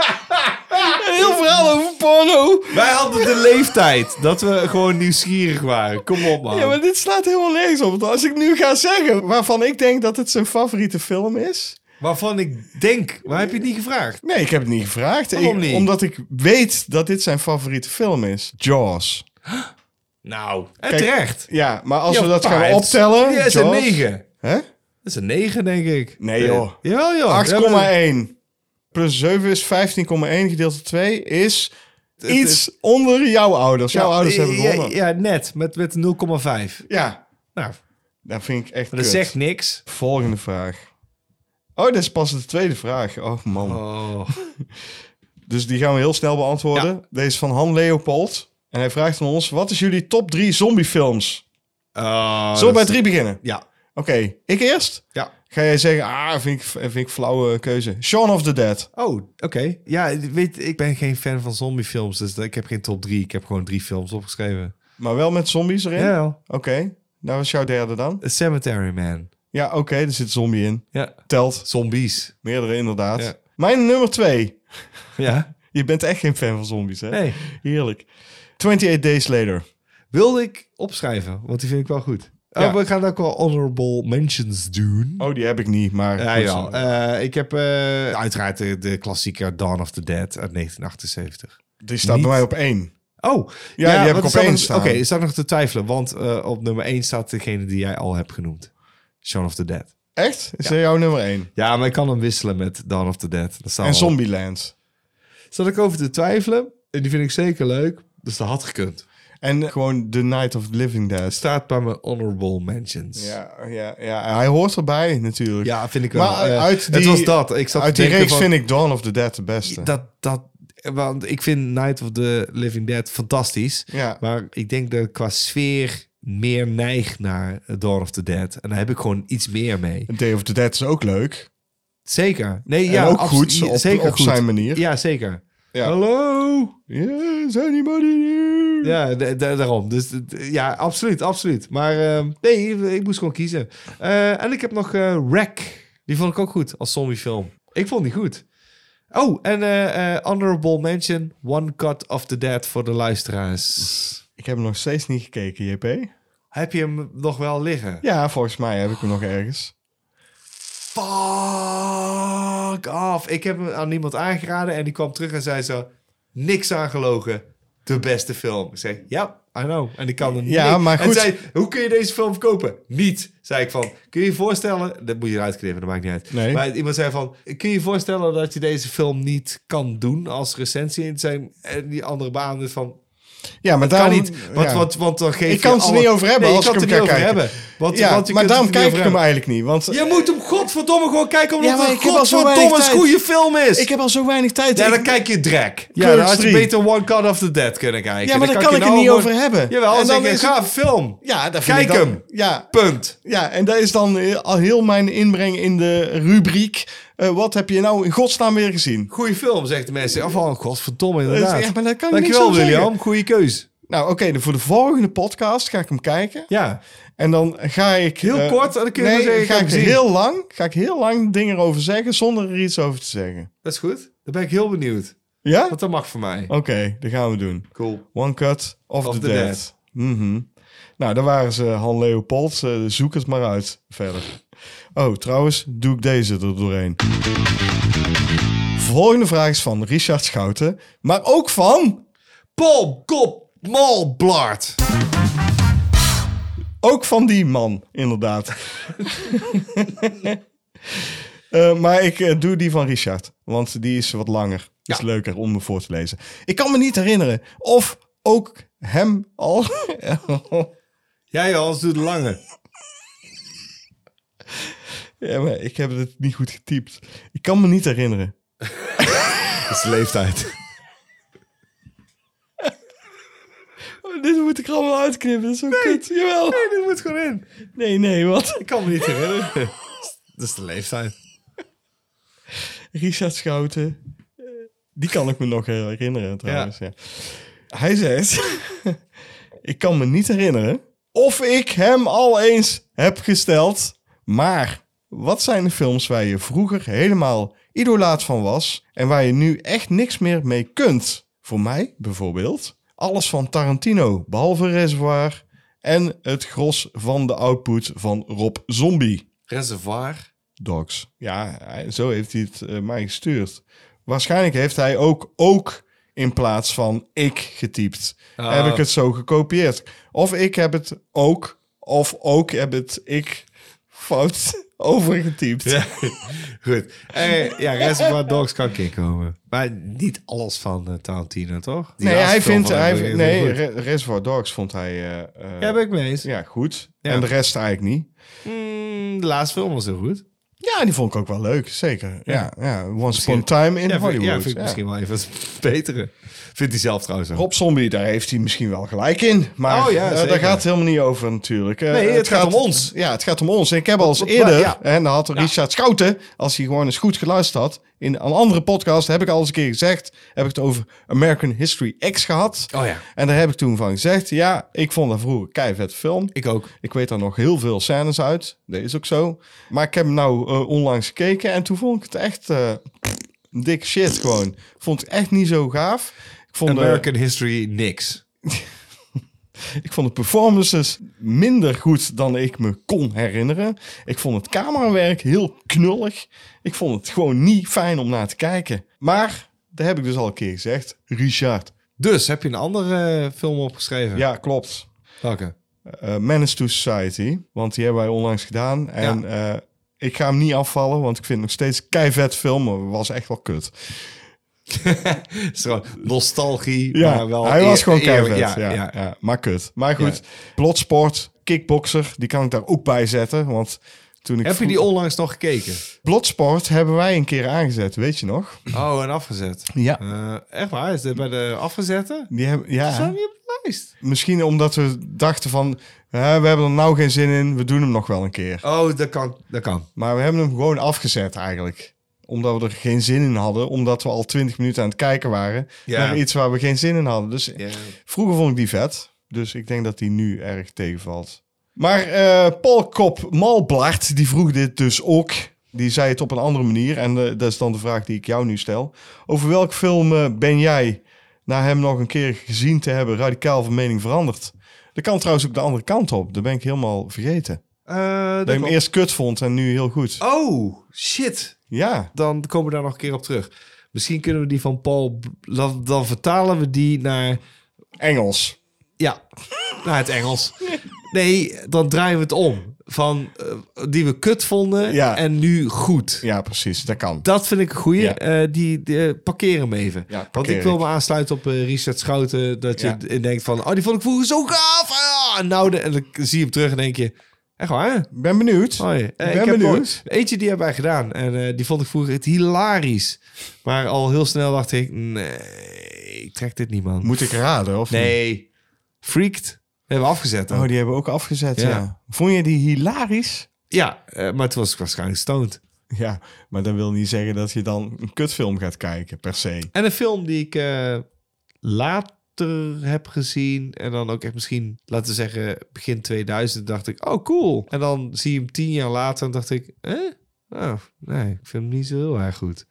Een heel verhaal over porno. Wij hadden de leeftijd dat we gewoon nieuwsgierig waren. Kom op, man. Ja, maar dit slaat helemaal nergens op. Want als ik nu ga zeggen waarvan ik denk dat het zijn favoriete film is... Waarvan ik denk... Maar heb je het niet gevraagd? Nee, ik heb het niet gevraagd. Waarom Ik- niet? Omdat ik weet dat dit zijn favoriete film is. Jaws. Nou, en Kijk, terecht. Ja, maar als Ja, we dat maar gaan het- optellen... Ja, het is een Jaws- negen. Hè? Dat is een negen, denk ik. Nee, joh. Eh, Jawel, joh. acht Ja, komma maar- één plus zeven is vijftien komma één gedeeld door twee is Het iets onder jouw ouders. Jouw Ja, ouders hebben ja, gewonnen. Ja, net. Met, met nul komma vijf. Ja, Nou, dat vind ik echt maar dat kut. zegt niks. Volgende vraag. Oh, dit is pas de tweede vraag. Oh, man. Oh. Dus die gaan we heel snel beantwoorden. Ja. Deze is van Han Leopold. En hij vraagt aan ons... Wat is jullie top drie zombiefilms? Uh, Zullen we bij drie beginnen? Ja. Oké, okay, ik eerst? Ja. Ga jij zeggen, ah, vind ik, vind ik flauwe keuze. Shaun of the Dead. Oh, oké. Okay. Ja, weet, ik ben geen fan van zombiefilms, dus ik heb geen top drie. Ik heb gewoon drie films opgeschreven. Maar wel met zombies erin? Ja. Oké. Okay. Nou, wat is jouw derde dan? A Cemetery Man. Ja, oké, okay, er zit zombie in. Ja. Telt. Zombies. Meerdere, inderdaad. Ja. Mijn nummer twee. Ja. Je bent echt geen fan van zombies, hè? Nee. Heerlijk. twenty-eight Days Later. Wilde ik opschrijven, want die vind ik wel goed. Ja. Oh, we gaan ook wel honorable mentions doen. Oh, die heb ik niet, maar... Ja, ja. Uh, ik heb uh, uiteraard de, de klassieker Dawn of the Dead uit negentien achtenzeventig. Die staat niet. bij mij op één. Oh. Ja, ja die heb ik op één staan. Oké, okay, is dat nog te twijfelen? Want uh, op nummer één staat degene die jij al hebt genoemd. Shaun of the Dead. Echt? Is ja. dat jouw nummer één? Ja, maar ik kan hem wisselen met Dawn of the Dead. Dat en al... Zombieland. Zat ik over te twijfelen. En die vind ik zeker leuk. Dus dat had gekund. En gewoon The Night of the Living Dead. Staat bij mijn honorable mentions. Ja, ja, ja, hij hoort erbij natuurlijk. Ja, vind ik wel. Maar uh, uit die, het was dat. Ik zat uit te die reeks van, vind ik Dawn of the Dead de beste. Dat, dat, want ik vind Night of the Living Dead fantastisch. Ja. Maar ik denk dat ik qua sfeer meer neig naar Dawn of the Dead. En daar heb ik gewoon iets meer mee. Day of the Dead is ook leuk. Zeker. Nee, en ja, ook absoluut, goed, op, zeker op goed. zijn manier. Ja, zeker. Ja. Hallo? Yes, anybody here? Ja, da- da- daarom. Dus ja, absoluut, absoluut. Maar uh, nee, ik moest gewoon kiezen. Uh, en ik heb nog uh, Wreck. Die vond ik ook goed als zombiefilm. Ik vond die goed. Oh, en uh, uh, honorable mention, One Cut of the Dead voor de luisteraars. Ik heb hem nog steeds niet gekeken, J P. Heb je hem nog wel liggen? Ja, volgens mij heb ik hem nog ergens. Fuck off. Ik heb hem aan iemand aangeraden en die kwam terug en zei zo... Niks aangelogen. De beste film. Ik zei, ja, I know. En die kan er niet. Ja, maar goed. En zei, hoe kun je deze film verkopen? Niet, zei ik van. Kun je je voorstellen... Dat moet je eruit knippen, dat maakt niet uit. Nee. Maar iemand zei van... Kun je je voorstellen dat je deze film niet kan doen als recensie? En zijn en die andere baan is van... Ja, maar dat daarom, kan niet. Want, ja. want, want dan geef ik kan je het er alle... niet over hebben nee, als ik hem ga kijken. Hebben. Want, ja, want je maar kunt daarom het er niet kijk ik over hem hebben. eigenlijk niet. Want Je moet hem godverdomme gewoon kijken omdat Ja, maar het ik heb al zo godverdomme weinig een tijd. goede film is. ik heb al zo weinig tijd. Ja, Ik- dan kijk je Drek. Ja, Clerks dan had je drie. beter One Cut of the Dead kunnen kijken. Ja, maar Dan daar kan je ik het nou niet gewoon- over hebben. Jawel, En dan dan zeg je, is het- gaaf film. Ja, dat vind Kijk ik dan- hem. Ja, Punt. ja, en dat is dan eh, al heel mijn inbreng in de rubriek. Uh, wat heb je nou in godsnaam weer gezien? Goeie film, zegt de mensen. Of oh, godverdomme, inderdaad. Ja, maar dat kan ik Dankjewel, niet zo zeggen. William. Goeie keus. Nou, oké, okay, voor de volgende podcast ga ik hem kijken. Ja, En dan ga ik... heel uh, kort. En dan kun je nee, zeggen, ik ga heb ik gezien. heel lang, ga ik heel lang dingen over zeggen zonder er iets over te zeggen. Dat is goed. Dan ben ik heel benieuwd. Ja? Want dat mag voor mij. Oké, okay, dat gaan we doen. Cool. One Cut of, Of the, the Dead. Dead. Mhm. Nou, daar waren ze, Han Leopold. Uh, zoek het maar uit verder. Oh, trouwens, doe ik deze er doorheen. Volgende vraag is van Richard Schouten. Maar ook van... Paul Kop Malblart. Ook van die man, inderdaad. uh, maar ik uh, doe die van Richard. Want die is wat langer. Ja. Is leuker om me voor te lezen. Ik kan me niet herinneren of ook hem al... Ja, joh, anders doe de lange. Ja, maar ik heb het niet goed getypt. Ik kan me niet herinneren. Dat is de leeftijd. Oh, dit moet ik er allemaal uitknippen. Dat is zo kut. Jawel. Nee, dit moet gewoon in. Nee, nee, wat? Ik kan me niet herinneren. Dat is de leeftijd. Richard Schouten. Die kan ik me nog herinneren trouwens. Ja. Hij zegt... ik kan me niet herinneren of ik hem al eens heb gesteld. Maar wat zijn de films waar je vroeger helemaal idolaat van was... en waar je nu echt niks meer mee kunt? Voor mij bijvoorbeeld alles van Tarantino, behalve Reservoir... en het gros van de output van Rob Zombie. Reservoir. Dogs. Ja, hij- zo heeft hij het uh, mij gestuurd. Waarschijnlijk heeft hij ook ook in plaats van ik getypt. Ah. Heb ik het zo gekopieerd. Of ik heb het ook, of ook heb het ik fout overgetypt. Ja, goed. Eh, ja, Reservoir Dogs kan ik inkomen. Maar niet alles van uh, Tarantino, toch? Die Nee, laatste hij film vindt, van hij, hem vindt- is nee, heel goed. Re- Reservoir Dogs vond hij uh, uh, Ja, ben ik mee eens. ja, goed. Ja. En de rest eigenlijk niet. Mm, de laatste film was heel goed. Ja, die vond ik ook wel leuk, zeker. Ja, ja. ja. Once Misschien- Upon a Time in Ja, vind, Hollywood. ja, vind ik Ja. misschien wel even betere. Vindt hij zelf trouwens ook. Rob Zombie, daar heeft hij misschien wel gelijk in. Maar Oh ja, eh, zeker. daar gaat het helemaal niet over natuurlijk. Eh, Nee, het gaat om ons. Ja, het gaat om ons. Ik heb al eens Wat- eerder, ja. en dan had Richard Schouten, als hij gewoon eens goed geluisterd had, in een andere podcast heb ik al eens een keer gezegd, heb ik het over American History X gehad. Oh ja, En daar heb ik toen van gezegd, ja, ik vond dat vroeger een keivet film. ik ook. Ik weet er nog heel veel scènes uit. Dat is ook zo. Maar ik heb hem nou uh, onlangs gekeken en toen vond ik het echt uh, dik shit gewoon. Vond het echt niet zo gaaf. Ik vond American de, History niks. ik vond de performances minder goed dan ik me kon herinneren. Ik vond het camerawerk heel knullig. Ik vond het gewoon niet fijn om naar te kijken. Maar, dat heb ik dus al een keer gezegd, Richard. Dus, heb je een andere uh, film opgeschreven? Ja, klopt. Welke? Uh, Menace to Society. Want die hebben wij onlangs gedaan. En ja. uh, ik ga hem niet afvallen, want ik vind het nog steeds een keivet film. Maar was echt wel kut. Het is gewoon nostalgie, Ja, maar wel hij was eer- gewoon eer- keivet. Ja, Ja, ja. ja, maar kut. Maar goed, Ja. Bloodsport, kickboxer, die kan ik daar ook bij zetten. Want toen ik Heb je die onlangs nog gekeken? Bloodsport hebben wij een keer aangezet, weet je nog? Oh, en afgezet. Ja. Uh, echt waar? Is dit bij de afgezette? Die hebben, ja. Zijn we op de lijst? Misschien omdat we dachten van, uh, we hebben er nou geen zin in, we doen hem nog wel een keer. Oh, dat kan. Dat kan. Maar we hebben hem gewoon afgezet eigenlijk. Omdat we er geen zin in hadden. Omdat we al twintig minuten aan het kijken waren. Ja. Naar iets waar we geen zin in hadden. Dus Ja. vroeger vond ik die vet. Dus ik denk dat die nu erg tegenvalt. Maar uh, Paul Kop Malblart, die vroeg dit dus ook. Die zei het op een andere manier. En uh, dat is dan de vraag die ik jou nu stel. Over welke film uh, ben jij, na hem nog een keer gezien te hebben, radicaal van mening veranderd? Dat kan trouwens ook de andere kant op. Dat ben ik helemaal vergeten. Uh, Dat je hem eerst kut vond en nu heel goed. Oh, shit. Ja. Dan komen we daar nog een keer op terug. Misschien kunnen we die van Paul... Dan, dan vertalen we die naar... Engels. Ja, naar het Engels. Nee, dan draaien we het om. Van uh, die we kut vonden Ja. en nu goed. Ja, precies. Dat kan. Dat vind ik een goeie. Ja. Uh, die, die uh, parkeer hem even. Ja, Want parkeer ik wil ik. me aansluiten op uh, Richard Schouten. Dat je Ja. denkt van... Oh, die vond ik vroeger zo gaaf. Ah, en nou, de, en dan zie je hem terug en denk je... Echt waar? Ben benieuwd. Oh, ja. Ik ben ik heb benieuwd. nog- eentje die hebben wij gedaan. En uh, die vond ik vroeger het hilarisch. Maar al heel snel dacht ik... Nee, ik trek dit niet, man. Moet ik raden, of niet? Nee. Freaked. Hebben we afgezet dan. Oh, die hebben we ook afgezet, ja. Ja. Vond je die hilarisch? Ja, uh, maar het was waarschijnlijk stoned. Ja, maar dat wil niet zeggen dat je dan een kutfilm gaat kijken, per se. En een film die ik uh, later heb gezien... en dan ook echt misschien, laten we zeggen... begin tweeduizend dacht ik... Oh, cool. En dan zie je hem tien jaar later en dacht ik... Eh? Oh, nee, ik vind hem niet zo heel erg goed.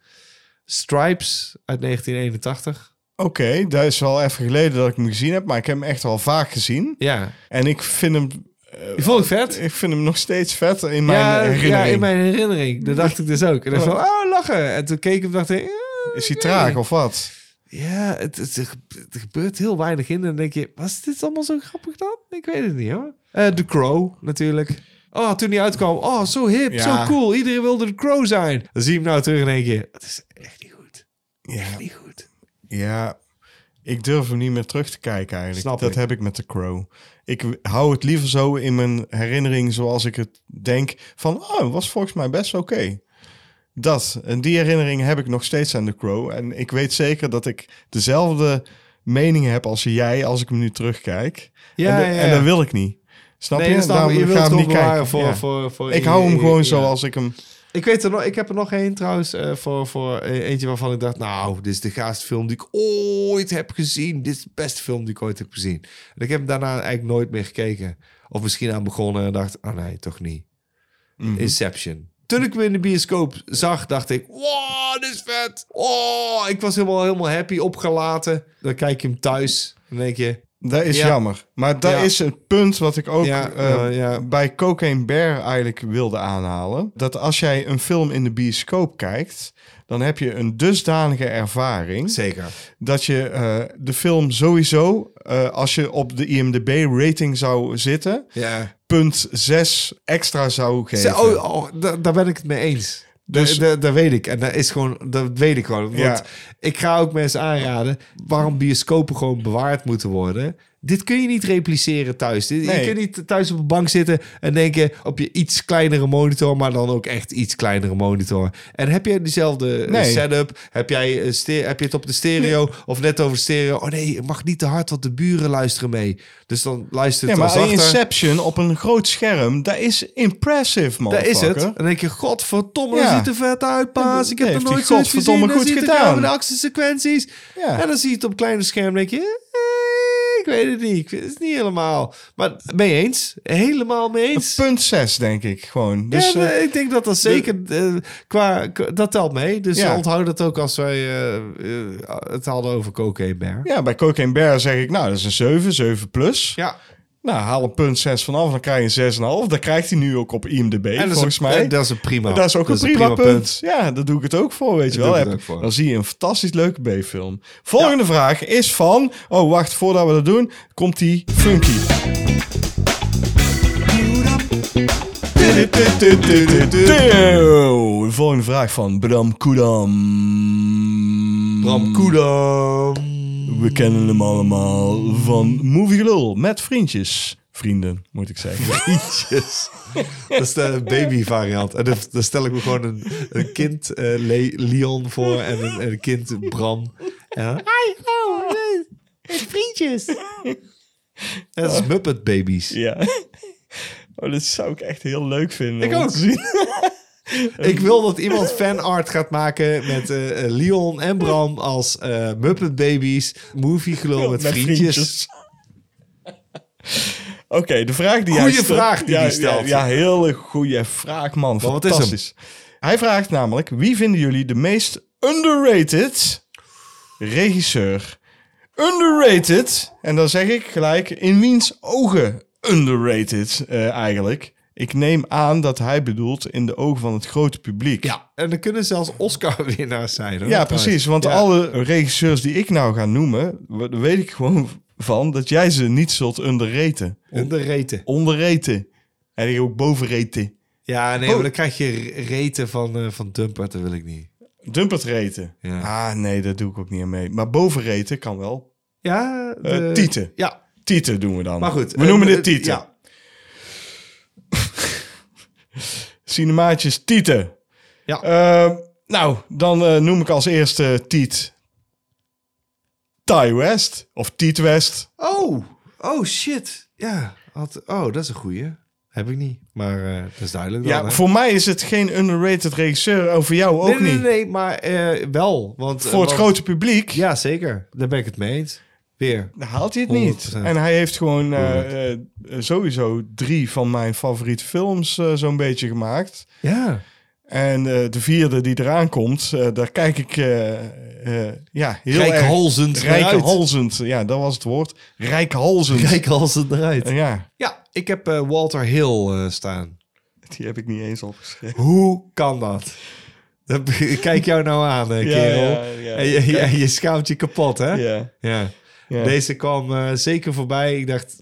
Stripes uit negentien eenentachtig. Oké, okay, dat is wel even geleden dat ik hem gezien heb, maar ik heb hem echt wel vaak gezien. Ja. En ik vind hem... Die vond ik vet. Ik vind hem nog steeds vet in mijn ja, herinnering. Ja, in mijn herinnering. Dat dacht ik dus ook. En dan van, oh, lachen. En toen keek ik en dacht ik... Eh, is hij nee. traag of wat? Ja, het, het, er gebeurt heel weinig in. En dan denk je, was dit allemaal zo grappig dan? Ik weet het niet, hoor. Uh, The Crow, natuurlijk. Oh, toen hij uitkwam. Oh, zo hip, Ja. zo cool. Iedereen wilde The Crow zijn. Dan zie je hem nou terug en denk je... Het is echt niet goed. Ja. Echt niet goed. Ja, ik durf hem niet meer terug te kijken eigenlijk. Snap dat ik. heb ik met The Crow. Ik hou het liever zo in mijn herinnering zoals ik het denk van... Oh, het was volgens mij best oké. Okay. Dat, en die herinnering heb ik nog steeds aan The Crow. En ik weet zeker dat ik dezelfde mening heb als jij als ik hem nu terugkijk. Ja, en, de, ja. en dat wil ik niet. Snap Nee, je? dat snap Daarom ik. Je ga wilt hem het niet gewoon kijken. bewaren voor, Ja. voor, voor... Ik in- hou hem in- gewoon ja. zoals ik hem... Ik weet er nog, ik heb er nog één trouwens uh, voor, voor uh, eentje waarvan ik dacht, nou, dit is de gaafste film die ik ooit heb gezien. Dit is de beste film die ik ooit heb gezien. En ik heb hem daarna eigenlijk nooit meer gekeken. Of misschien aan begonnen en dacht, oh nee, toch niet. Mm-hmm. Inception. Toen ik hem in de bioscoop zag, dacht ik, wow, dit is vet. Oh, ik was helemaal, helemaal happy, opgelaten. Dan kijk je hem thuis en denk je, Dat is Ja. jammer. Maar dat Ja. is het punt wat ik ook Ja, uh, uh, ja. bij Cocaine Bear eigenlijk wilde aanhalen. Dat als jij een film in de bioscoop kijkt, dan heb je een dusdanige ervaring zeker. dat je uh, de film sowieso, uh, als je op de I M D B-rating zou zitten, Ja. punt zes extra zou geven. Oh, oh da- daar ben ik het mee eens. Dus- Dus dat weet ik. En dat is gewoon, dat weet ik gewoon. Want Ja. ik ga ook mensen aanraden waarom bioscopen gewoon bewaard moeten worden. Dit kun je niet repliceren thuis. Dit, Nee. Je kunt niet thuis op een bank zitten en denken op je iets kleinere monitor, maar dan ook echt iets kleinere monitor. En heb je diezelfde Nee. setup? Heb, jij, uh, ste- heb je het op de stereo of net over de stereo? Oh nee, het mag niet te hard, want de buren luisteren mee. Dus dan luistert Ja, het maar al zachter. Inception op een groot scherm, dat is impressive, man. Daar is het. En dan denk je, godverdomme, dat Ja. ziet er vet uit, paas. Ik heb Nee, er heeft nooit hij zoiets gezien. godverdomme Dan goed ziet er gedaan. gewoon de actiesequenties. Ja. En dan zie je het op een kleine scherm denk je, eh, ik weet het niet. Ik weet het niet helemaal. Maar mee eens. Helemaal mee eens. Punt zes, denk ik, gewoon. Dus, ja, eh, ik denk dat dat zeker eh, qua, qua- dat telt mee. Dus Ja. onthoud dat ook als wij eh, eh, het hadden over Cocaine Bear. ja, bij Cocaine Bear zeg ik, nou, dat is een zeven, zeven plus. Ja. Nou, haal een punt zes vanaf, dan krijg je een zes komma vijf. Dat krijgt hij nu ook op I M D B, En dat is volgens een, mij. en dat is een prima. dat is ook een prima, punt. Ja, daar doe ik het ook voor, weet je Daar wel. doe ik Heb- het ook voor. Dan zie je een fantastisch leuke B-film. Volgende vraag is van... Oh, wacht, voordat we dat doen, komt die funky. De volgende vraag van Bram Koedam. Bram Koedam. We kennen hem allemaal van Movie Gelul met vriendjes. Vrienden, moet ik zeggen. Vriendjes. Dat is de baby variant. En dan, dan stel ik me gewoon een, een kind uh, Le- Leon voor en een, een kind Bram. Ja. Hi, oh, uh, vriendjes. Dat is Muppet Babies. Ja. Oh, dat zou ik echt heel leuk vinden. Ik om ook. te zien. Ik wil dat iemand fanart gaat maken met uh, Leon en Bram als uh, Muppet Babies. Movie gelul met, Met vriendjes. vriendjes. Oké, okay, de vraag die Goeie hij stelt... vraag die ja, hij stelt. Ja, ja, hele goede vraag, man. Maar wat is Fantastisch. Hij vraagt namelijk... Wie vinden jullie de meest underrated regisseur? Underrated, en dan zeg ik gelijk... In wiens ogen underrated uh, eigenlijk... Ik neem aan dat hij bedoelt in de ogen van het grote publiek. Ja, en er kunnen zelfs Oscar-winnaars zijn. Hoor, Ja, precies. Want ja. alle regisseurs die ik nou ga noemen... daar weet ik gewoon van dat jij ze niet zult underraten. Underrated. Onderraten. En ik ook bovenraten. Ja, nee, Oh. maar dan krijg je reten van, uh, van Dumpert, dat wil ik niet. Dumpert raten. Ja. Ah, nee, dat doe ik ook niet aan mee. Maar bovenraten kan wel. Ja, de... Uh, tieten. Ja. Tieten doen we dan. Maar goed. We uh, noemen uh, dit tieten. Ja. Cinemaatjes tieten. Ja. Uh, nou, dan uh, noem ik als eerste Tiet... Ty West. Of Tiet West. Oh, oh shit. Ja, had... oh, dat is een goeie. Heb ik niet, maar uh, dat is duidelijk dan, Ja, hè? voor mij is het geen underrated regisseur. Over jou ook nee, nee, niet. Nee, nee, maar uh, wel. Want, Voor uh, het want... grote publiek. Ja, zeker. Daar ben ik het mee eens. Weer. Dan haalt hij het honderd niet. procent. En hij heeft gewoon uh, uh, sowieso drie van mijn favoriete films uh, zo'n beetje gemaakt. Ja. En uh, de vierde die eraan komt, uh, daar kijk ik uh, uh, ja, heel Rijkhalzend erg... eruit. Rijkhalzend. Ja, dat was het woord. Rijkhalzend. Rijkhalzend eruit. Uh, ja, Ja, ik heb uh, Walter Hill uh, staan. die heb ik niet eens opgeschreven. Hoe kan dat? Ik kijk jou nou aan, uh, kerel. Ja, ja, ja. En je, ja, je schaamt je kapot, hè? Ja. Ja. Ja. Deze kwam uh, zeker voorbij. Ik dacht,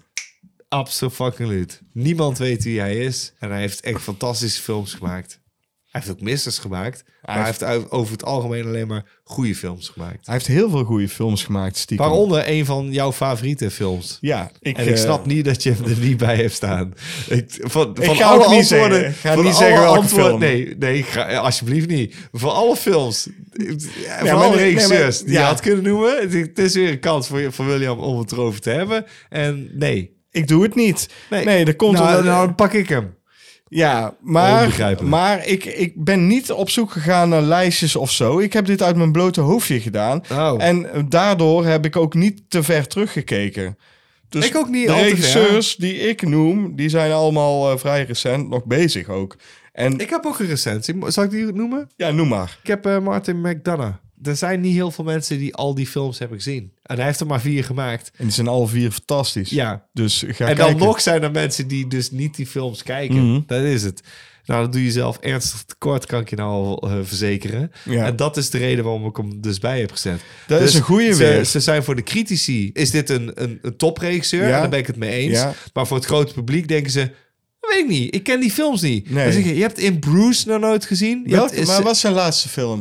absoluut. Niemand weet wie hij is. En hij heeft echt fantastische films gemaakt. Hij heeft ook missers gemaakt. Maar hij heeft- heeft over het algemeen alleen maar goede films gemaakt. Hij heeft heel veel goede films gemaakt, stiekem. Waaronder een van jouw favoriete films. Ja, ik, En ik uh, snap niet dat je hem er niet bij hebt staan. Ik, van, van ga alle ook niet antwoorden, zeggen. Ik ga van niet alle zeggen welke antwoorden- film. Nee, nee ga, alsjeblieft niet. Voor alle films. Ja, voor maar alle nee, nee, regisseurs maar- die je ja. had kunnen noemen. Het, het is weer een kans voor, voor William om het erover te hebben. En nee. Ik doe het niet. Nee, Nee, er komt nou, omdat- nou, dan pak ik hem. Ja, maar, Onbegrijpelijk. maar ik, ik ben niet op zoek gegaan naar lijstjes of zo. Ik heb dit uit mijn blote hoofdje gedaan. Oh. En daardoor heb ik ook niet te ver teruggekeken. Dus Ik ook niet de al te ver. regisseurs die ik noem, die zijn allemaal uh, vrij recent nog bezig ook. En Ik heb ook een recensie. Zal ik die noemen? ja, noem maar. Ik heb uh, Martin McDonagh. Er zijn niet heel veel mensen die al die films hebben gezien. En hij heeft er maar vier gemaakt. En die zijn alle vier fantastisch. Ja. Dus ga En kijken. dan nog zijn er mensen die dus niet die films kijken. Mhm. Dat is het. Nou, dat doe je zelf ernstig tekort, kan ik je nou al uh, verzekeren. Ja. En dat is de reden waarom ik hem dus bij heb gezet. Dat dus is een goeie ze, weer. Ze zijn voor de critici, is dit een, een, een topregisseur? Ja. En daar ben ik het mee eens. Ja. Maar voor het grote publiek denken ze... Weet ik niet, ik ken die films niet. Nee. Dan zeg je, je hebt In Bruce nog nooit gezien? Je Welke, hebt, is, maar wat is zijn laatste film?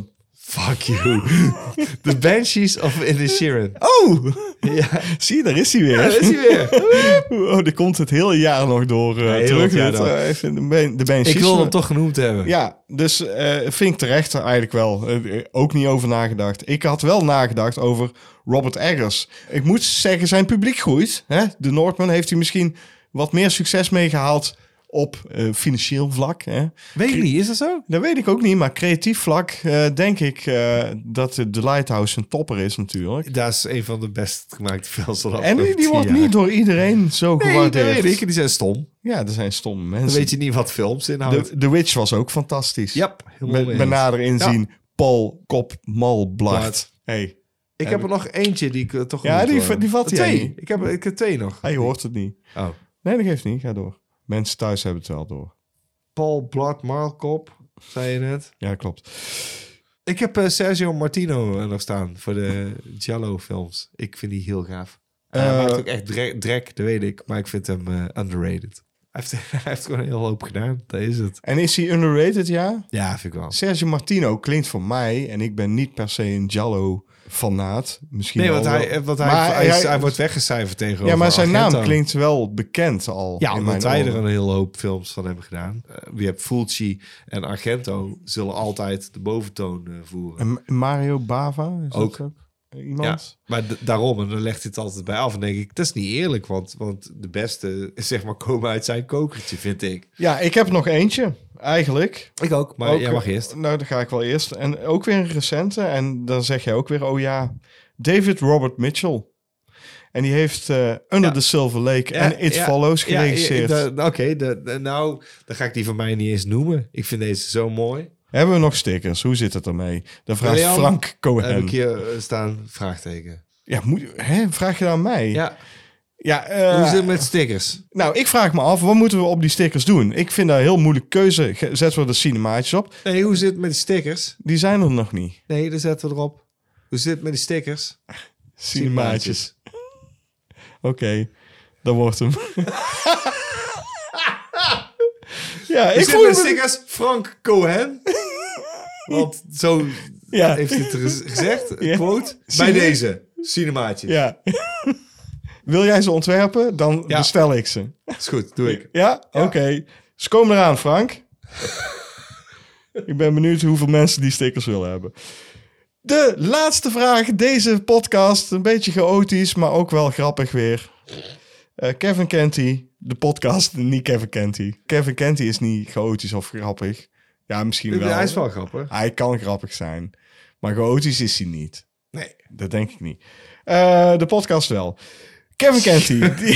Fuck you. The Banshees of Inisherin. Oh! Ja. Zie je, daar is hij weer. Ja, daar is hij weer. Oh, er komt het hele jaar nog door uh, heel terug. het jaar dit, door. uh, even de, ben, de Banshees. Ik wilde hem toch genoemd hebben. Ja, dus uh, vind ik terecht eigenlijk wel. Uh, ook niet over nagedacht. Ik had wel nagedacht over Robert Eggers. Ik moet zeggen, zijn publiek groeit. Hè? De Northman heeft hij misschien wat meer succes mee gehaald op uh, financieel vlak. Hè? Weet ik niet, is dat zo? Dat weet ik ook niet, maar creatief vlak uh, denk ik uh, dat The Lighthouse een topper is natuurlijk. Dat is een van de best gemaakte films van de En afgelopen die, die wordt tien jaar. niet door iedereen zo Nee, gewaardeerd. dat weet ik. Die zijn stom. Ja, er zijn stomme mensen. Dan weet je niet wat films inhouden. The, The Witch was ook fantastisch. Ja, helemaal Met, mee met eens. nader inzien, Paul Kop Malblad. Blad. Hey. Ik heb er nog eentje die ik uh, toch Ja, genoemd die, wil. die vat jij Twee. niet. Ik heb, ik heb twee nog. Hij hoort het niet. Oh. Nee, dat geeft niet. Ga door. Mensen thuis hebben het wel door. Paul Blart Markop, zei je net. Ja, klopt. Ik heb uh, Sergio Martino uh, nog staan voor de Giallo-films. Ik vind die heel gaaf. Uh, hij Uh, maakt ook echt drek, drek, dat weet ik. Maar ik vind hem uh, underrated. Hij heeft, hij heeft gewoon een heel hoop gedaan. Dat is het. En is hij underrated, ja? Ja, vind ik wel. Sergio Martino klinkt voor mij, en ik ben niet per se een Giallo-fanaat. Misschien Nee, wel want, wel. hij, want hij, Maar hij, is- hij- hij wordt weggecijferd tegenover Ja, maar zijn Argento. naam klinkt wel bekend al. Ja, in omdat mijn wij er oren. een hele hoop films van hebben gedaan. Uh, je hebt Fulci en Argento zullen altijd de boventoon uh, voeren. En Mario Bava? Is Ook. dat ook iemand? Ja, maar d- daarom, en dan legt hij het altijd bij af. En denk ik, dat is niet eerlijk, want, want de beste, zeg maar, komen uit zijn kokertje, vind ik. Ja, ik heb nog eentje, eigenlijk. Ik ook, maar Ook, jij mag eerst. Nou, dan ga ik wel eerst. En ook weer een recente. En dan zeg jij ook weer, oh ja, David Robert Mitchell. En die heeft uh, Under Ja. the Silver Lake en It ja, Follows ja, geregisseerd. ja, da- Oké, de- de- nou, dan ga ik die van mij niet eens noemen. Ik vind deze zo mooi. Hebben we nog stickers? Hoe zit het ermee? Dan vraagt William, Frank Cohen. Heb ik hier uh, staan, vraagteken. Ja, moet, hè, vraag je dat aan mij? Ja, Ja, eh, hoe zit het met stickers? nou, ik vraag me af, wat moeten we op die stickers doen? Ik vind dat een heel moeilijke keuze. Ge- Zetten we er cinemaatjes op? Nee, hoe zit het met de stickers? Die zijn er nog niet. Nee, dan zetten we erop. Hoe zit het met de stickers? Cinemaatjes. Oké, dat wordt hem. ja, Ik ik zit voel met de me... stickers Frank Cohen. Want zo Ja. heeft hij het gez- gezegd. Ja. Quote. Cine- Bij deze. Cinemaatjes. Ja. Wil jij ze ontwerpen? Dan Ja. bestel ik ze. Is goed, doe ik. Ja? Oké. Dus kom eraan, Frank. Ik ben benieuwd hoeveel mensen die stickers willen hebben. De laatste vraag. Deze podcast. Een beetje chaotisch, maar ook wel grappig weer. Uh, Kevin Canty. De podcast, niet Kevin Canty. Kevin Canty is niet chaotisch of grappig. Ja, misschien wel. Hij is wel grappig. Hij kan grappig zijn. Maar chaotisch is hij niet. Nee. Dat denk ik niet. Uh, de podcast wel. Kevin Canty. die,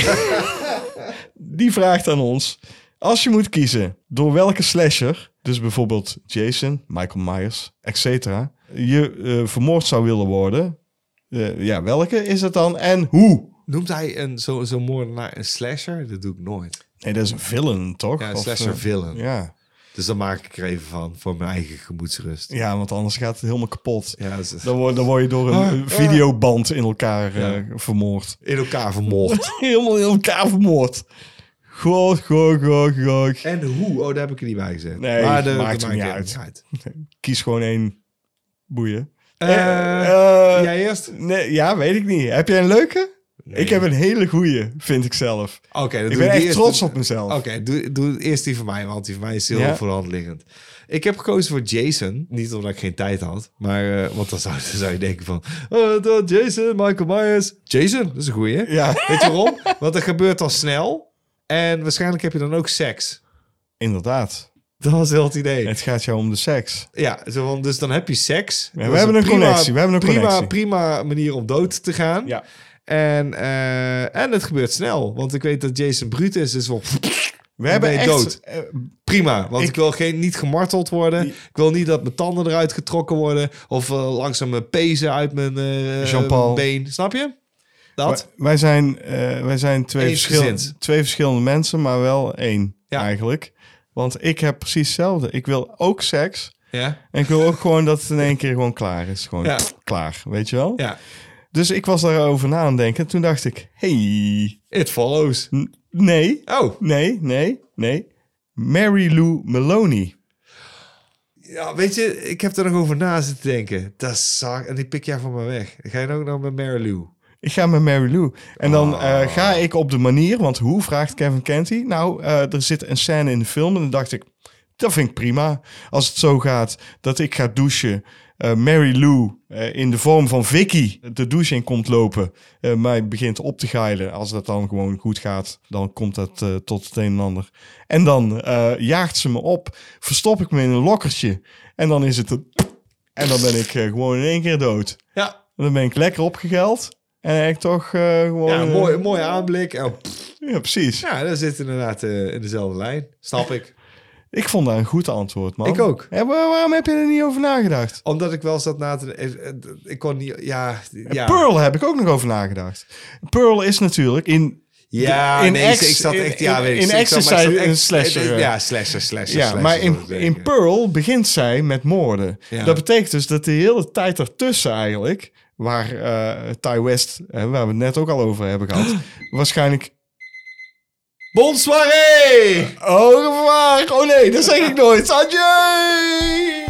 die vraagt aan ons. Als je moet kiezen door welke slasher, dus bijvoorbeeld Jason, Michael Myers, et cetera, je uh, vermoord zou willen worden. Uh, ja, welke is het dan en hoe? Noemt hij een, zo, zo'n moordenaar een slasher? Dat doe ik nooit. Nee, dat is een villain, toch? Ja, een Of, slasher uh, villain. Ja. Dus dan maak ik er even van, voor mijn eigen gemoedsrust. ja, want anders gaat het helemaal kapot. Ja, dat is- Dan word, dan word je door een Ah, uh, ah. videoband in elkaar uh, Ja. vermoord. in elkaar vermoord. Helemaal in elkaar vermoord. Goh, goh, goh, goh. En hoe? Oh, daar heb ik er niet bij gezet. Nee, maar de, maakt de er niet maakt uit. het uit. Kies gewoon één boeien. Eh, Eh, jij eerst? Nee, ja, weet ik niet. Heb jij een leuke? Nee. Ik heb een hele goeie, vind ik zelf. Oké, dan Ik doe ben die echt eerst. trots op mezelf. Oké, doe, doe eerst die van mij, want die van mij is heel Ja? voor de hand liggend. Ik heb gekozen voor Jason. Niet omdat ik geen tijd had, maar uh, want dan zou, dan zou je denken van... Oh, dat Jason, Michael Myers. Jason, dat is een goeie. Ja, Weet je waarom? Want dat gebeurt al snel. En waarschijnlijk heb je dan ook seks. inderdaad. Dat was heel het idee. Het gaat jou om de seks. Ja, zo van, dus dan heb je seks. Ja, Dat we is hebben een prima- connectie, we hebben een prima, connectie. Prima manier om dood te gaan. Ja. En, uh, en het gebeurt snel. Want ik weet dat Jason bruut is. Dus wel, We hebben ben je echt... dood. eh, prima. Want ik, Ik- wil geen, niet gemarteld worden. Die- Ik wil niet dat mijn tanden eruit getrokken worden. Of uh, langzaam mijn pezen uit mijn uh, Jean-Paul. been. Snap je? Dat? wij- Wij zijn, uh, wij zijn twee, verschillende, Eensgezind. twee verschillende mensen, maar wel één Ja. eigenlijk. Want ik heb precies hetzelfde. Ik wil ook seks. Ja? En ik wil ook gewoon dat het in één keer gewoon klaar is. Gewoon Ja. klaar, weet je wel? Ja. Dus ik was daarover na aan het denken. Toen dacht ik, hey, It follows. n- nee, Oh. nee, nee, nee. Mary Lou Maloney. Ja, weet je, ik heb er nog over na zitten denken. Dat is zag en die pik jij van me weg. Ga je nou ook nou met Mary Lou? Ik ga met Mary Lou. En dan oh. uh, ga ik op de manier... Want hoe, vraagt Kevin Canty? Nou, uh, er zit een scène in de film... en dan dacht ik, dat vind ik prima. Als het zo gaat dat ik ga douchen... Uh, Mary Lou uh, in de vorm van Vicky de douche in komt lopen... Uh, mij begint op te geilen. Als dat dan gewoon goed gaat... dan komt dat uh, tot het een en ander. En dan uh, jaagt ze me op... verstop ik me in een lokkertje... en dan is het... Een... en dan ben ik uh, gewoon in één keer dood. Ja. En dan ben ik lekker opgegeld... En ik toch uh, gewoon... Ja, een mooie, mooie aanblik. Oh, ja, precies. Ja, dat zit inderdaad uh, in dezelfde lijn. Snap ik. Ik vond dat een goed antwoord, man. Ik ook. Ja, waar, waarom heb je er niet over nagedacht? Omdat ik wel zat na te... Ik kon niet... Ja, ja. Pearl heb ik ook nog over nagedacht. Pearl is natuurlijk in... Ja, in nee, X, ik zat echt... Ja, in, weet ik, in ik X is zij een slasher. Ja, slasher, slasher, ja, slasher. Maar in, in Pearl begint zij met moorden. Ja. Dat betekent dus dat de hele tijd ertussen eigenlijk... waar uh, Ty West, hè, waar we het net ook al over hebben gehad... waarschijnlijk... Bonsoiré! Oh, gevaar! Oh nee, dat zeg ik nooit. Adieu!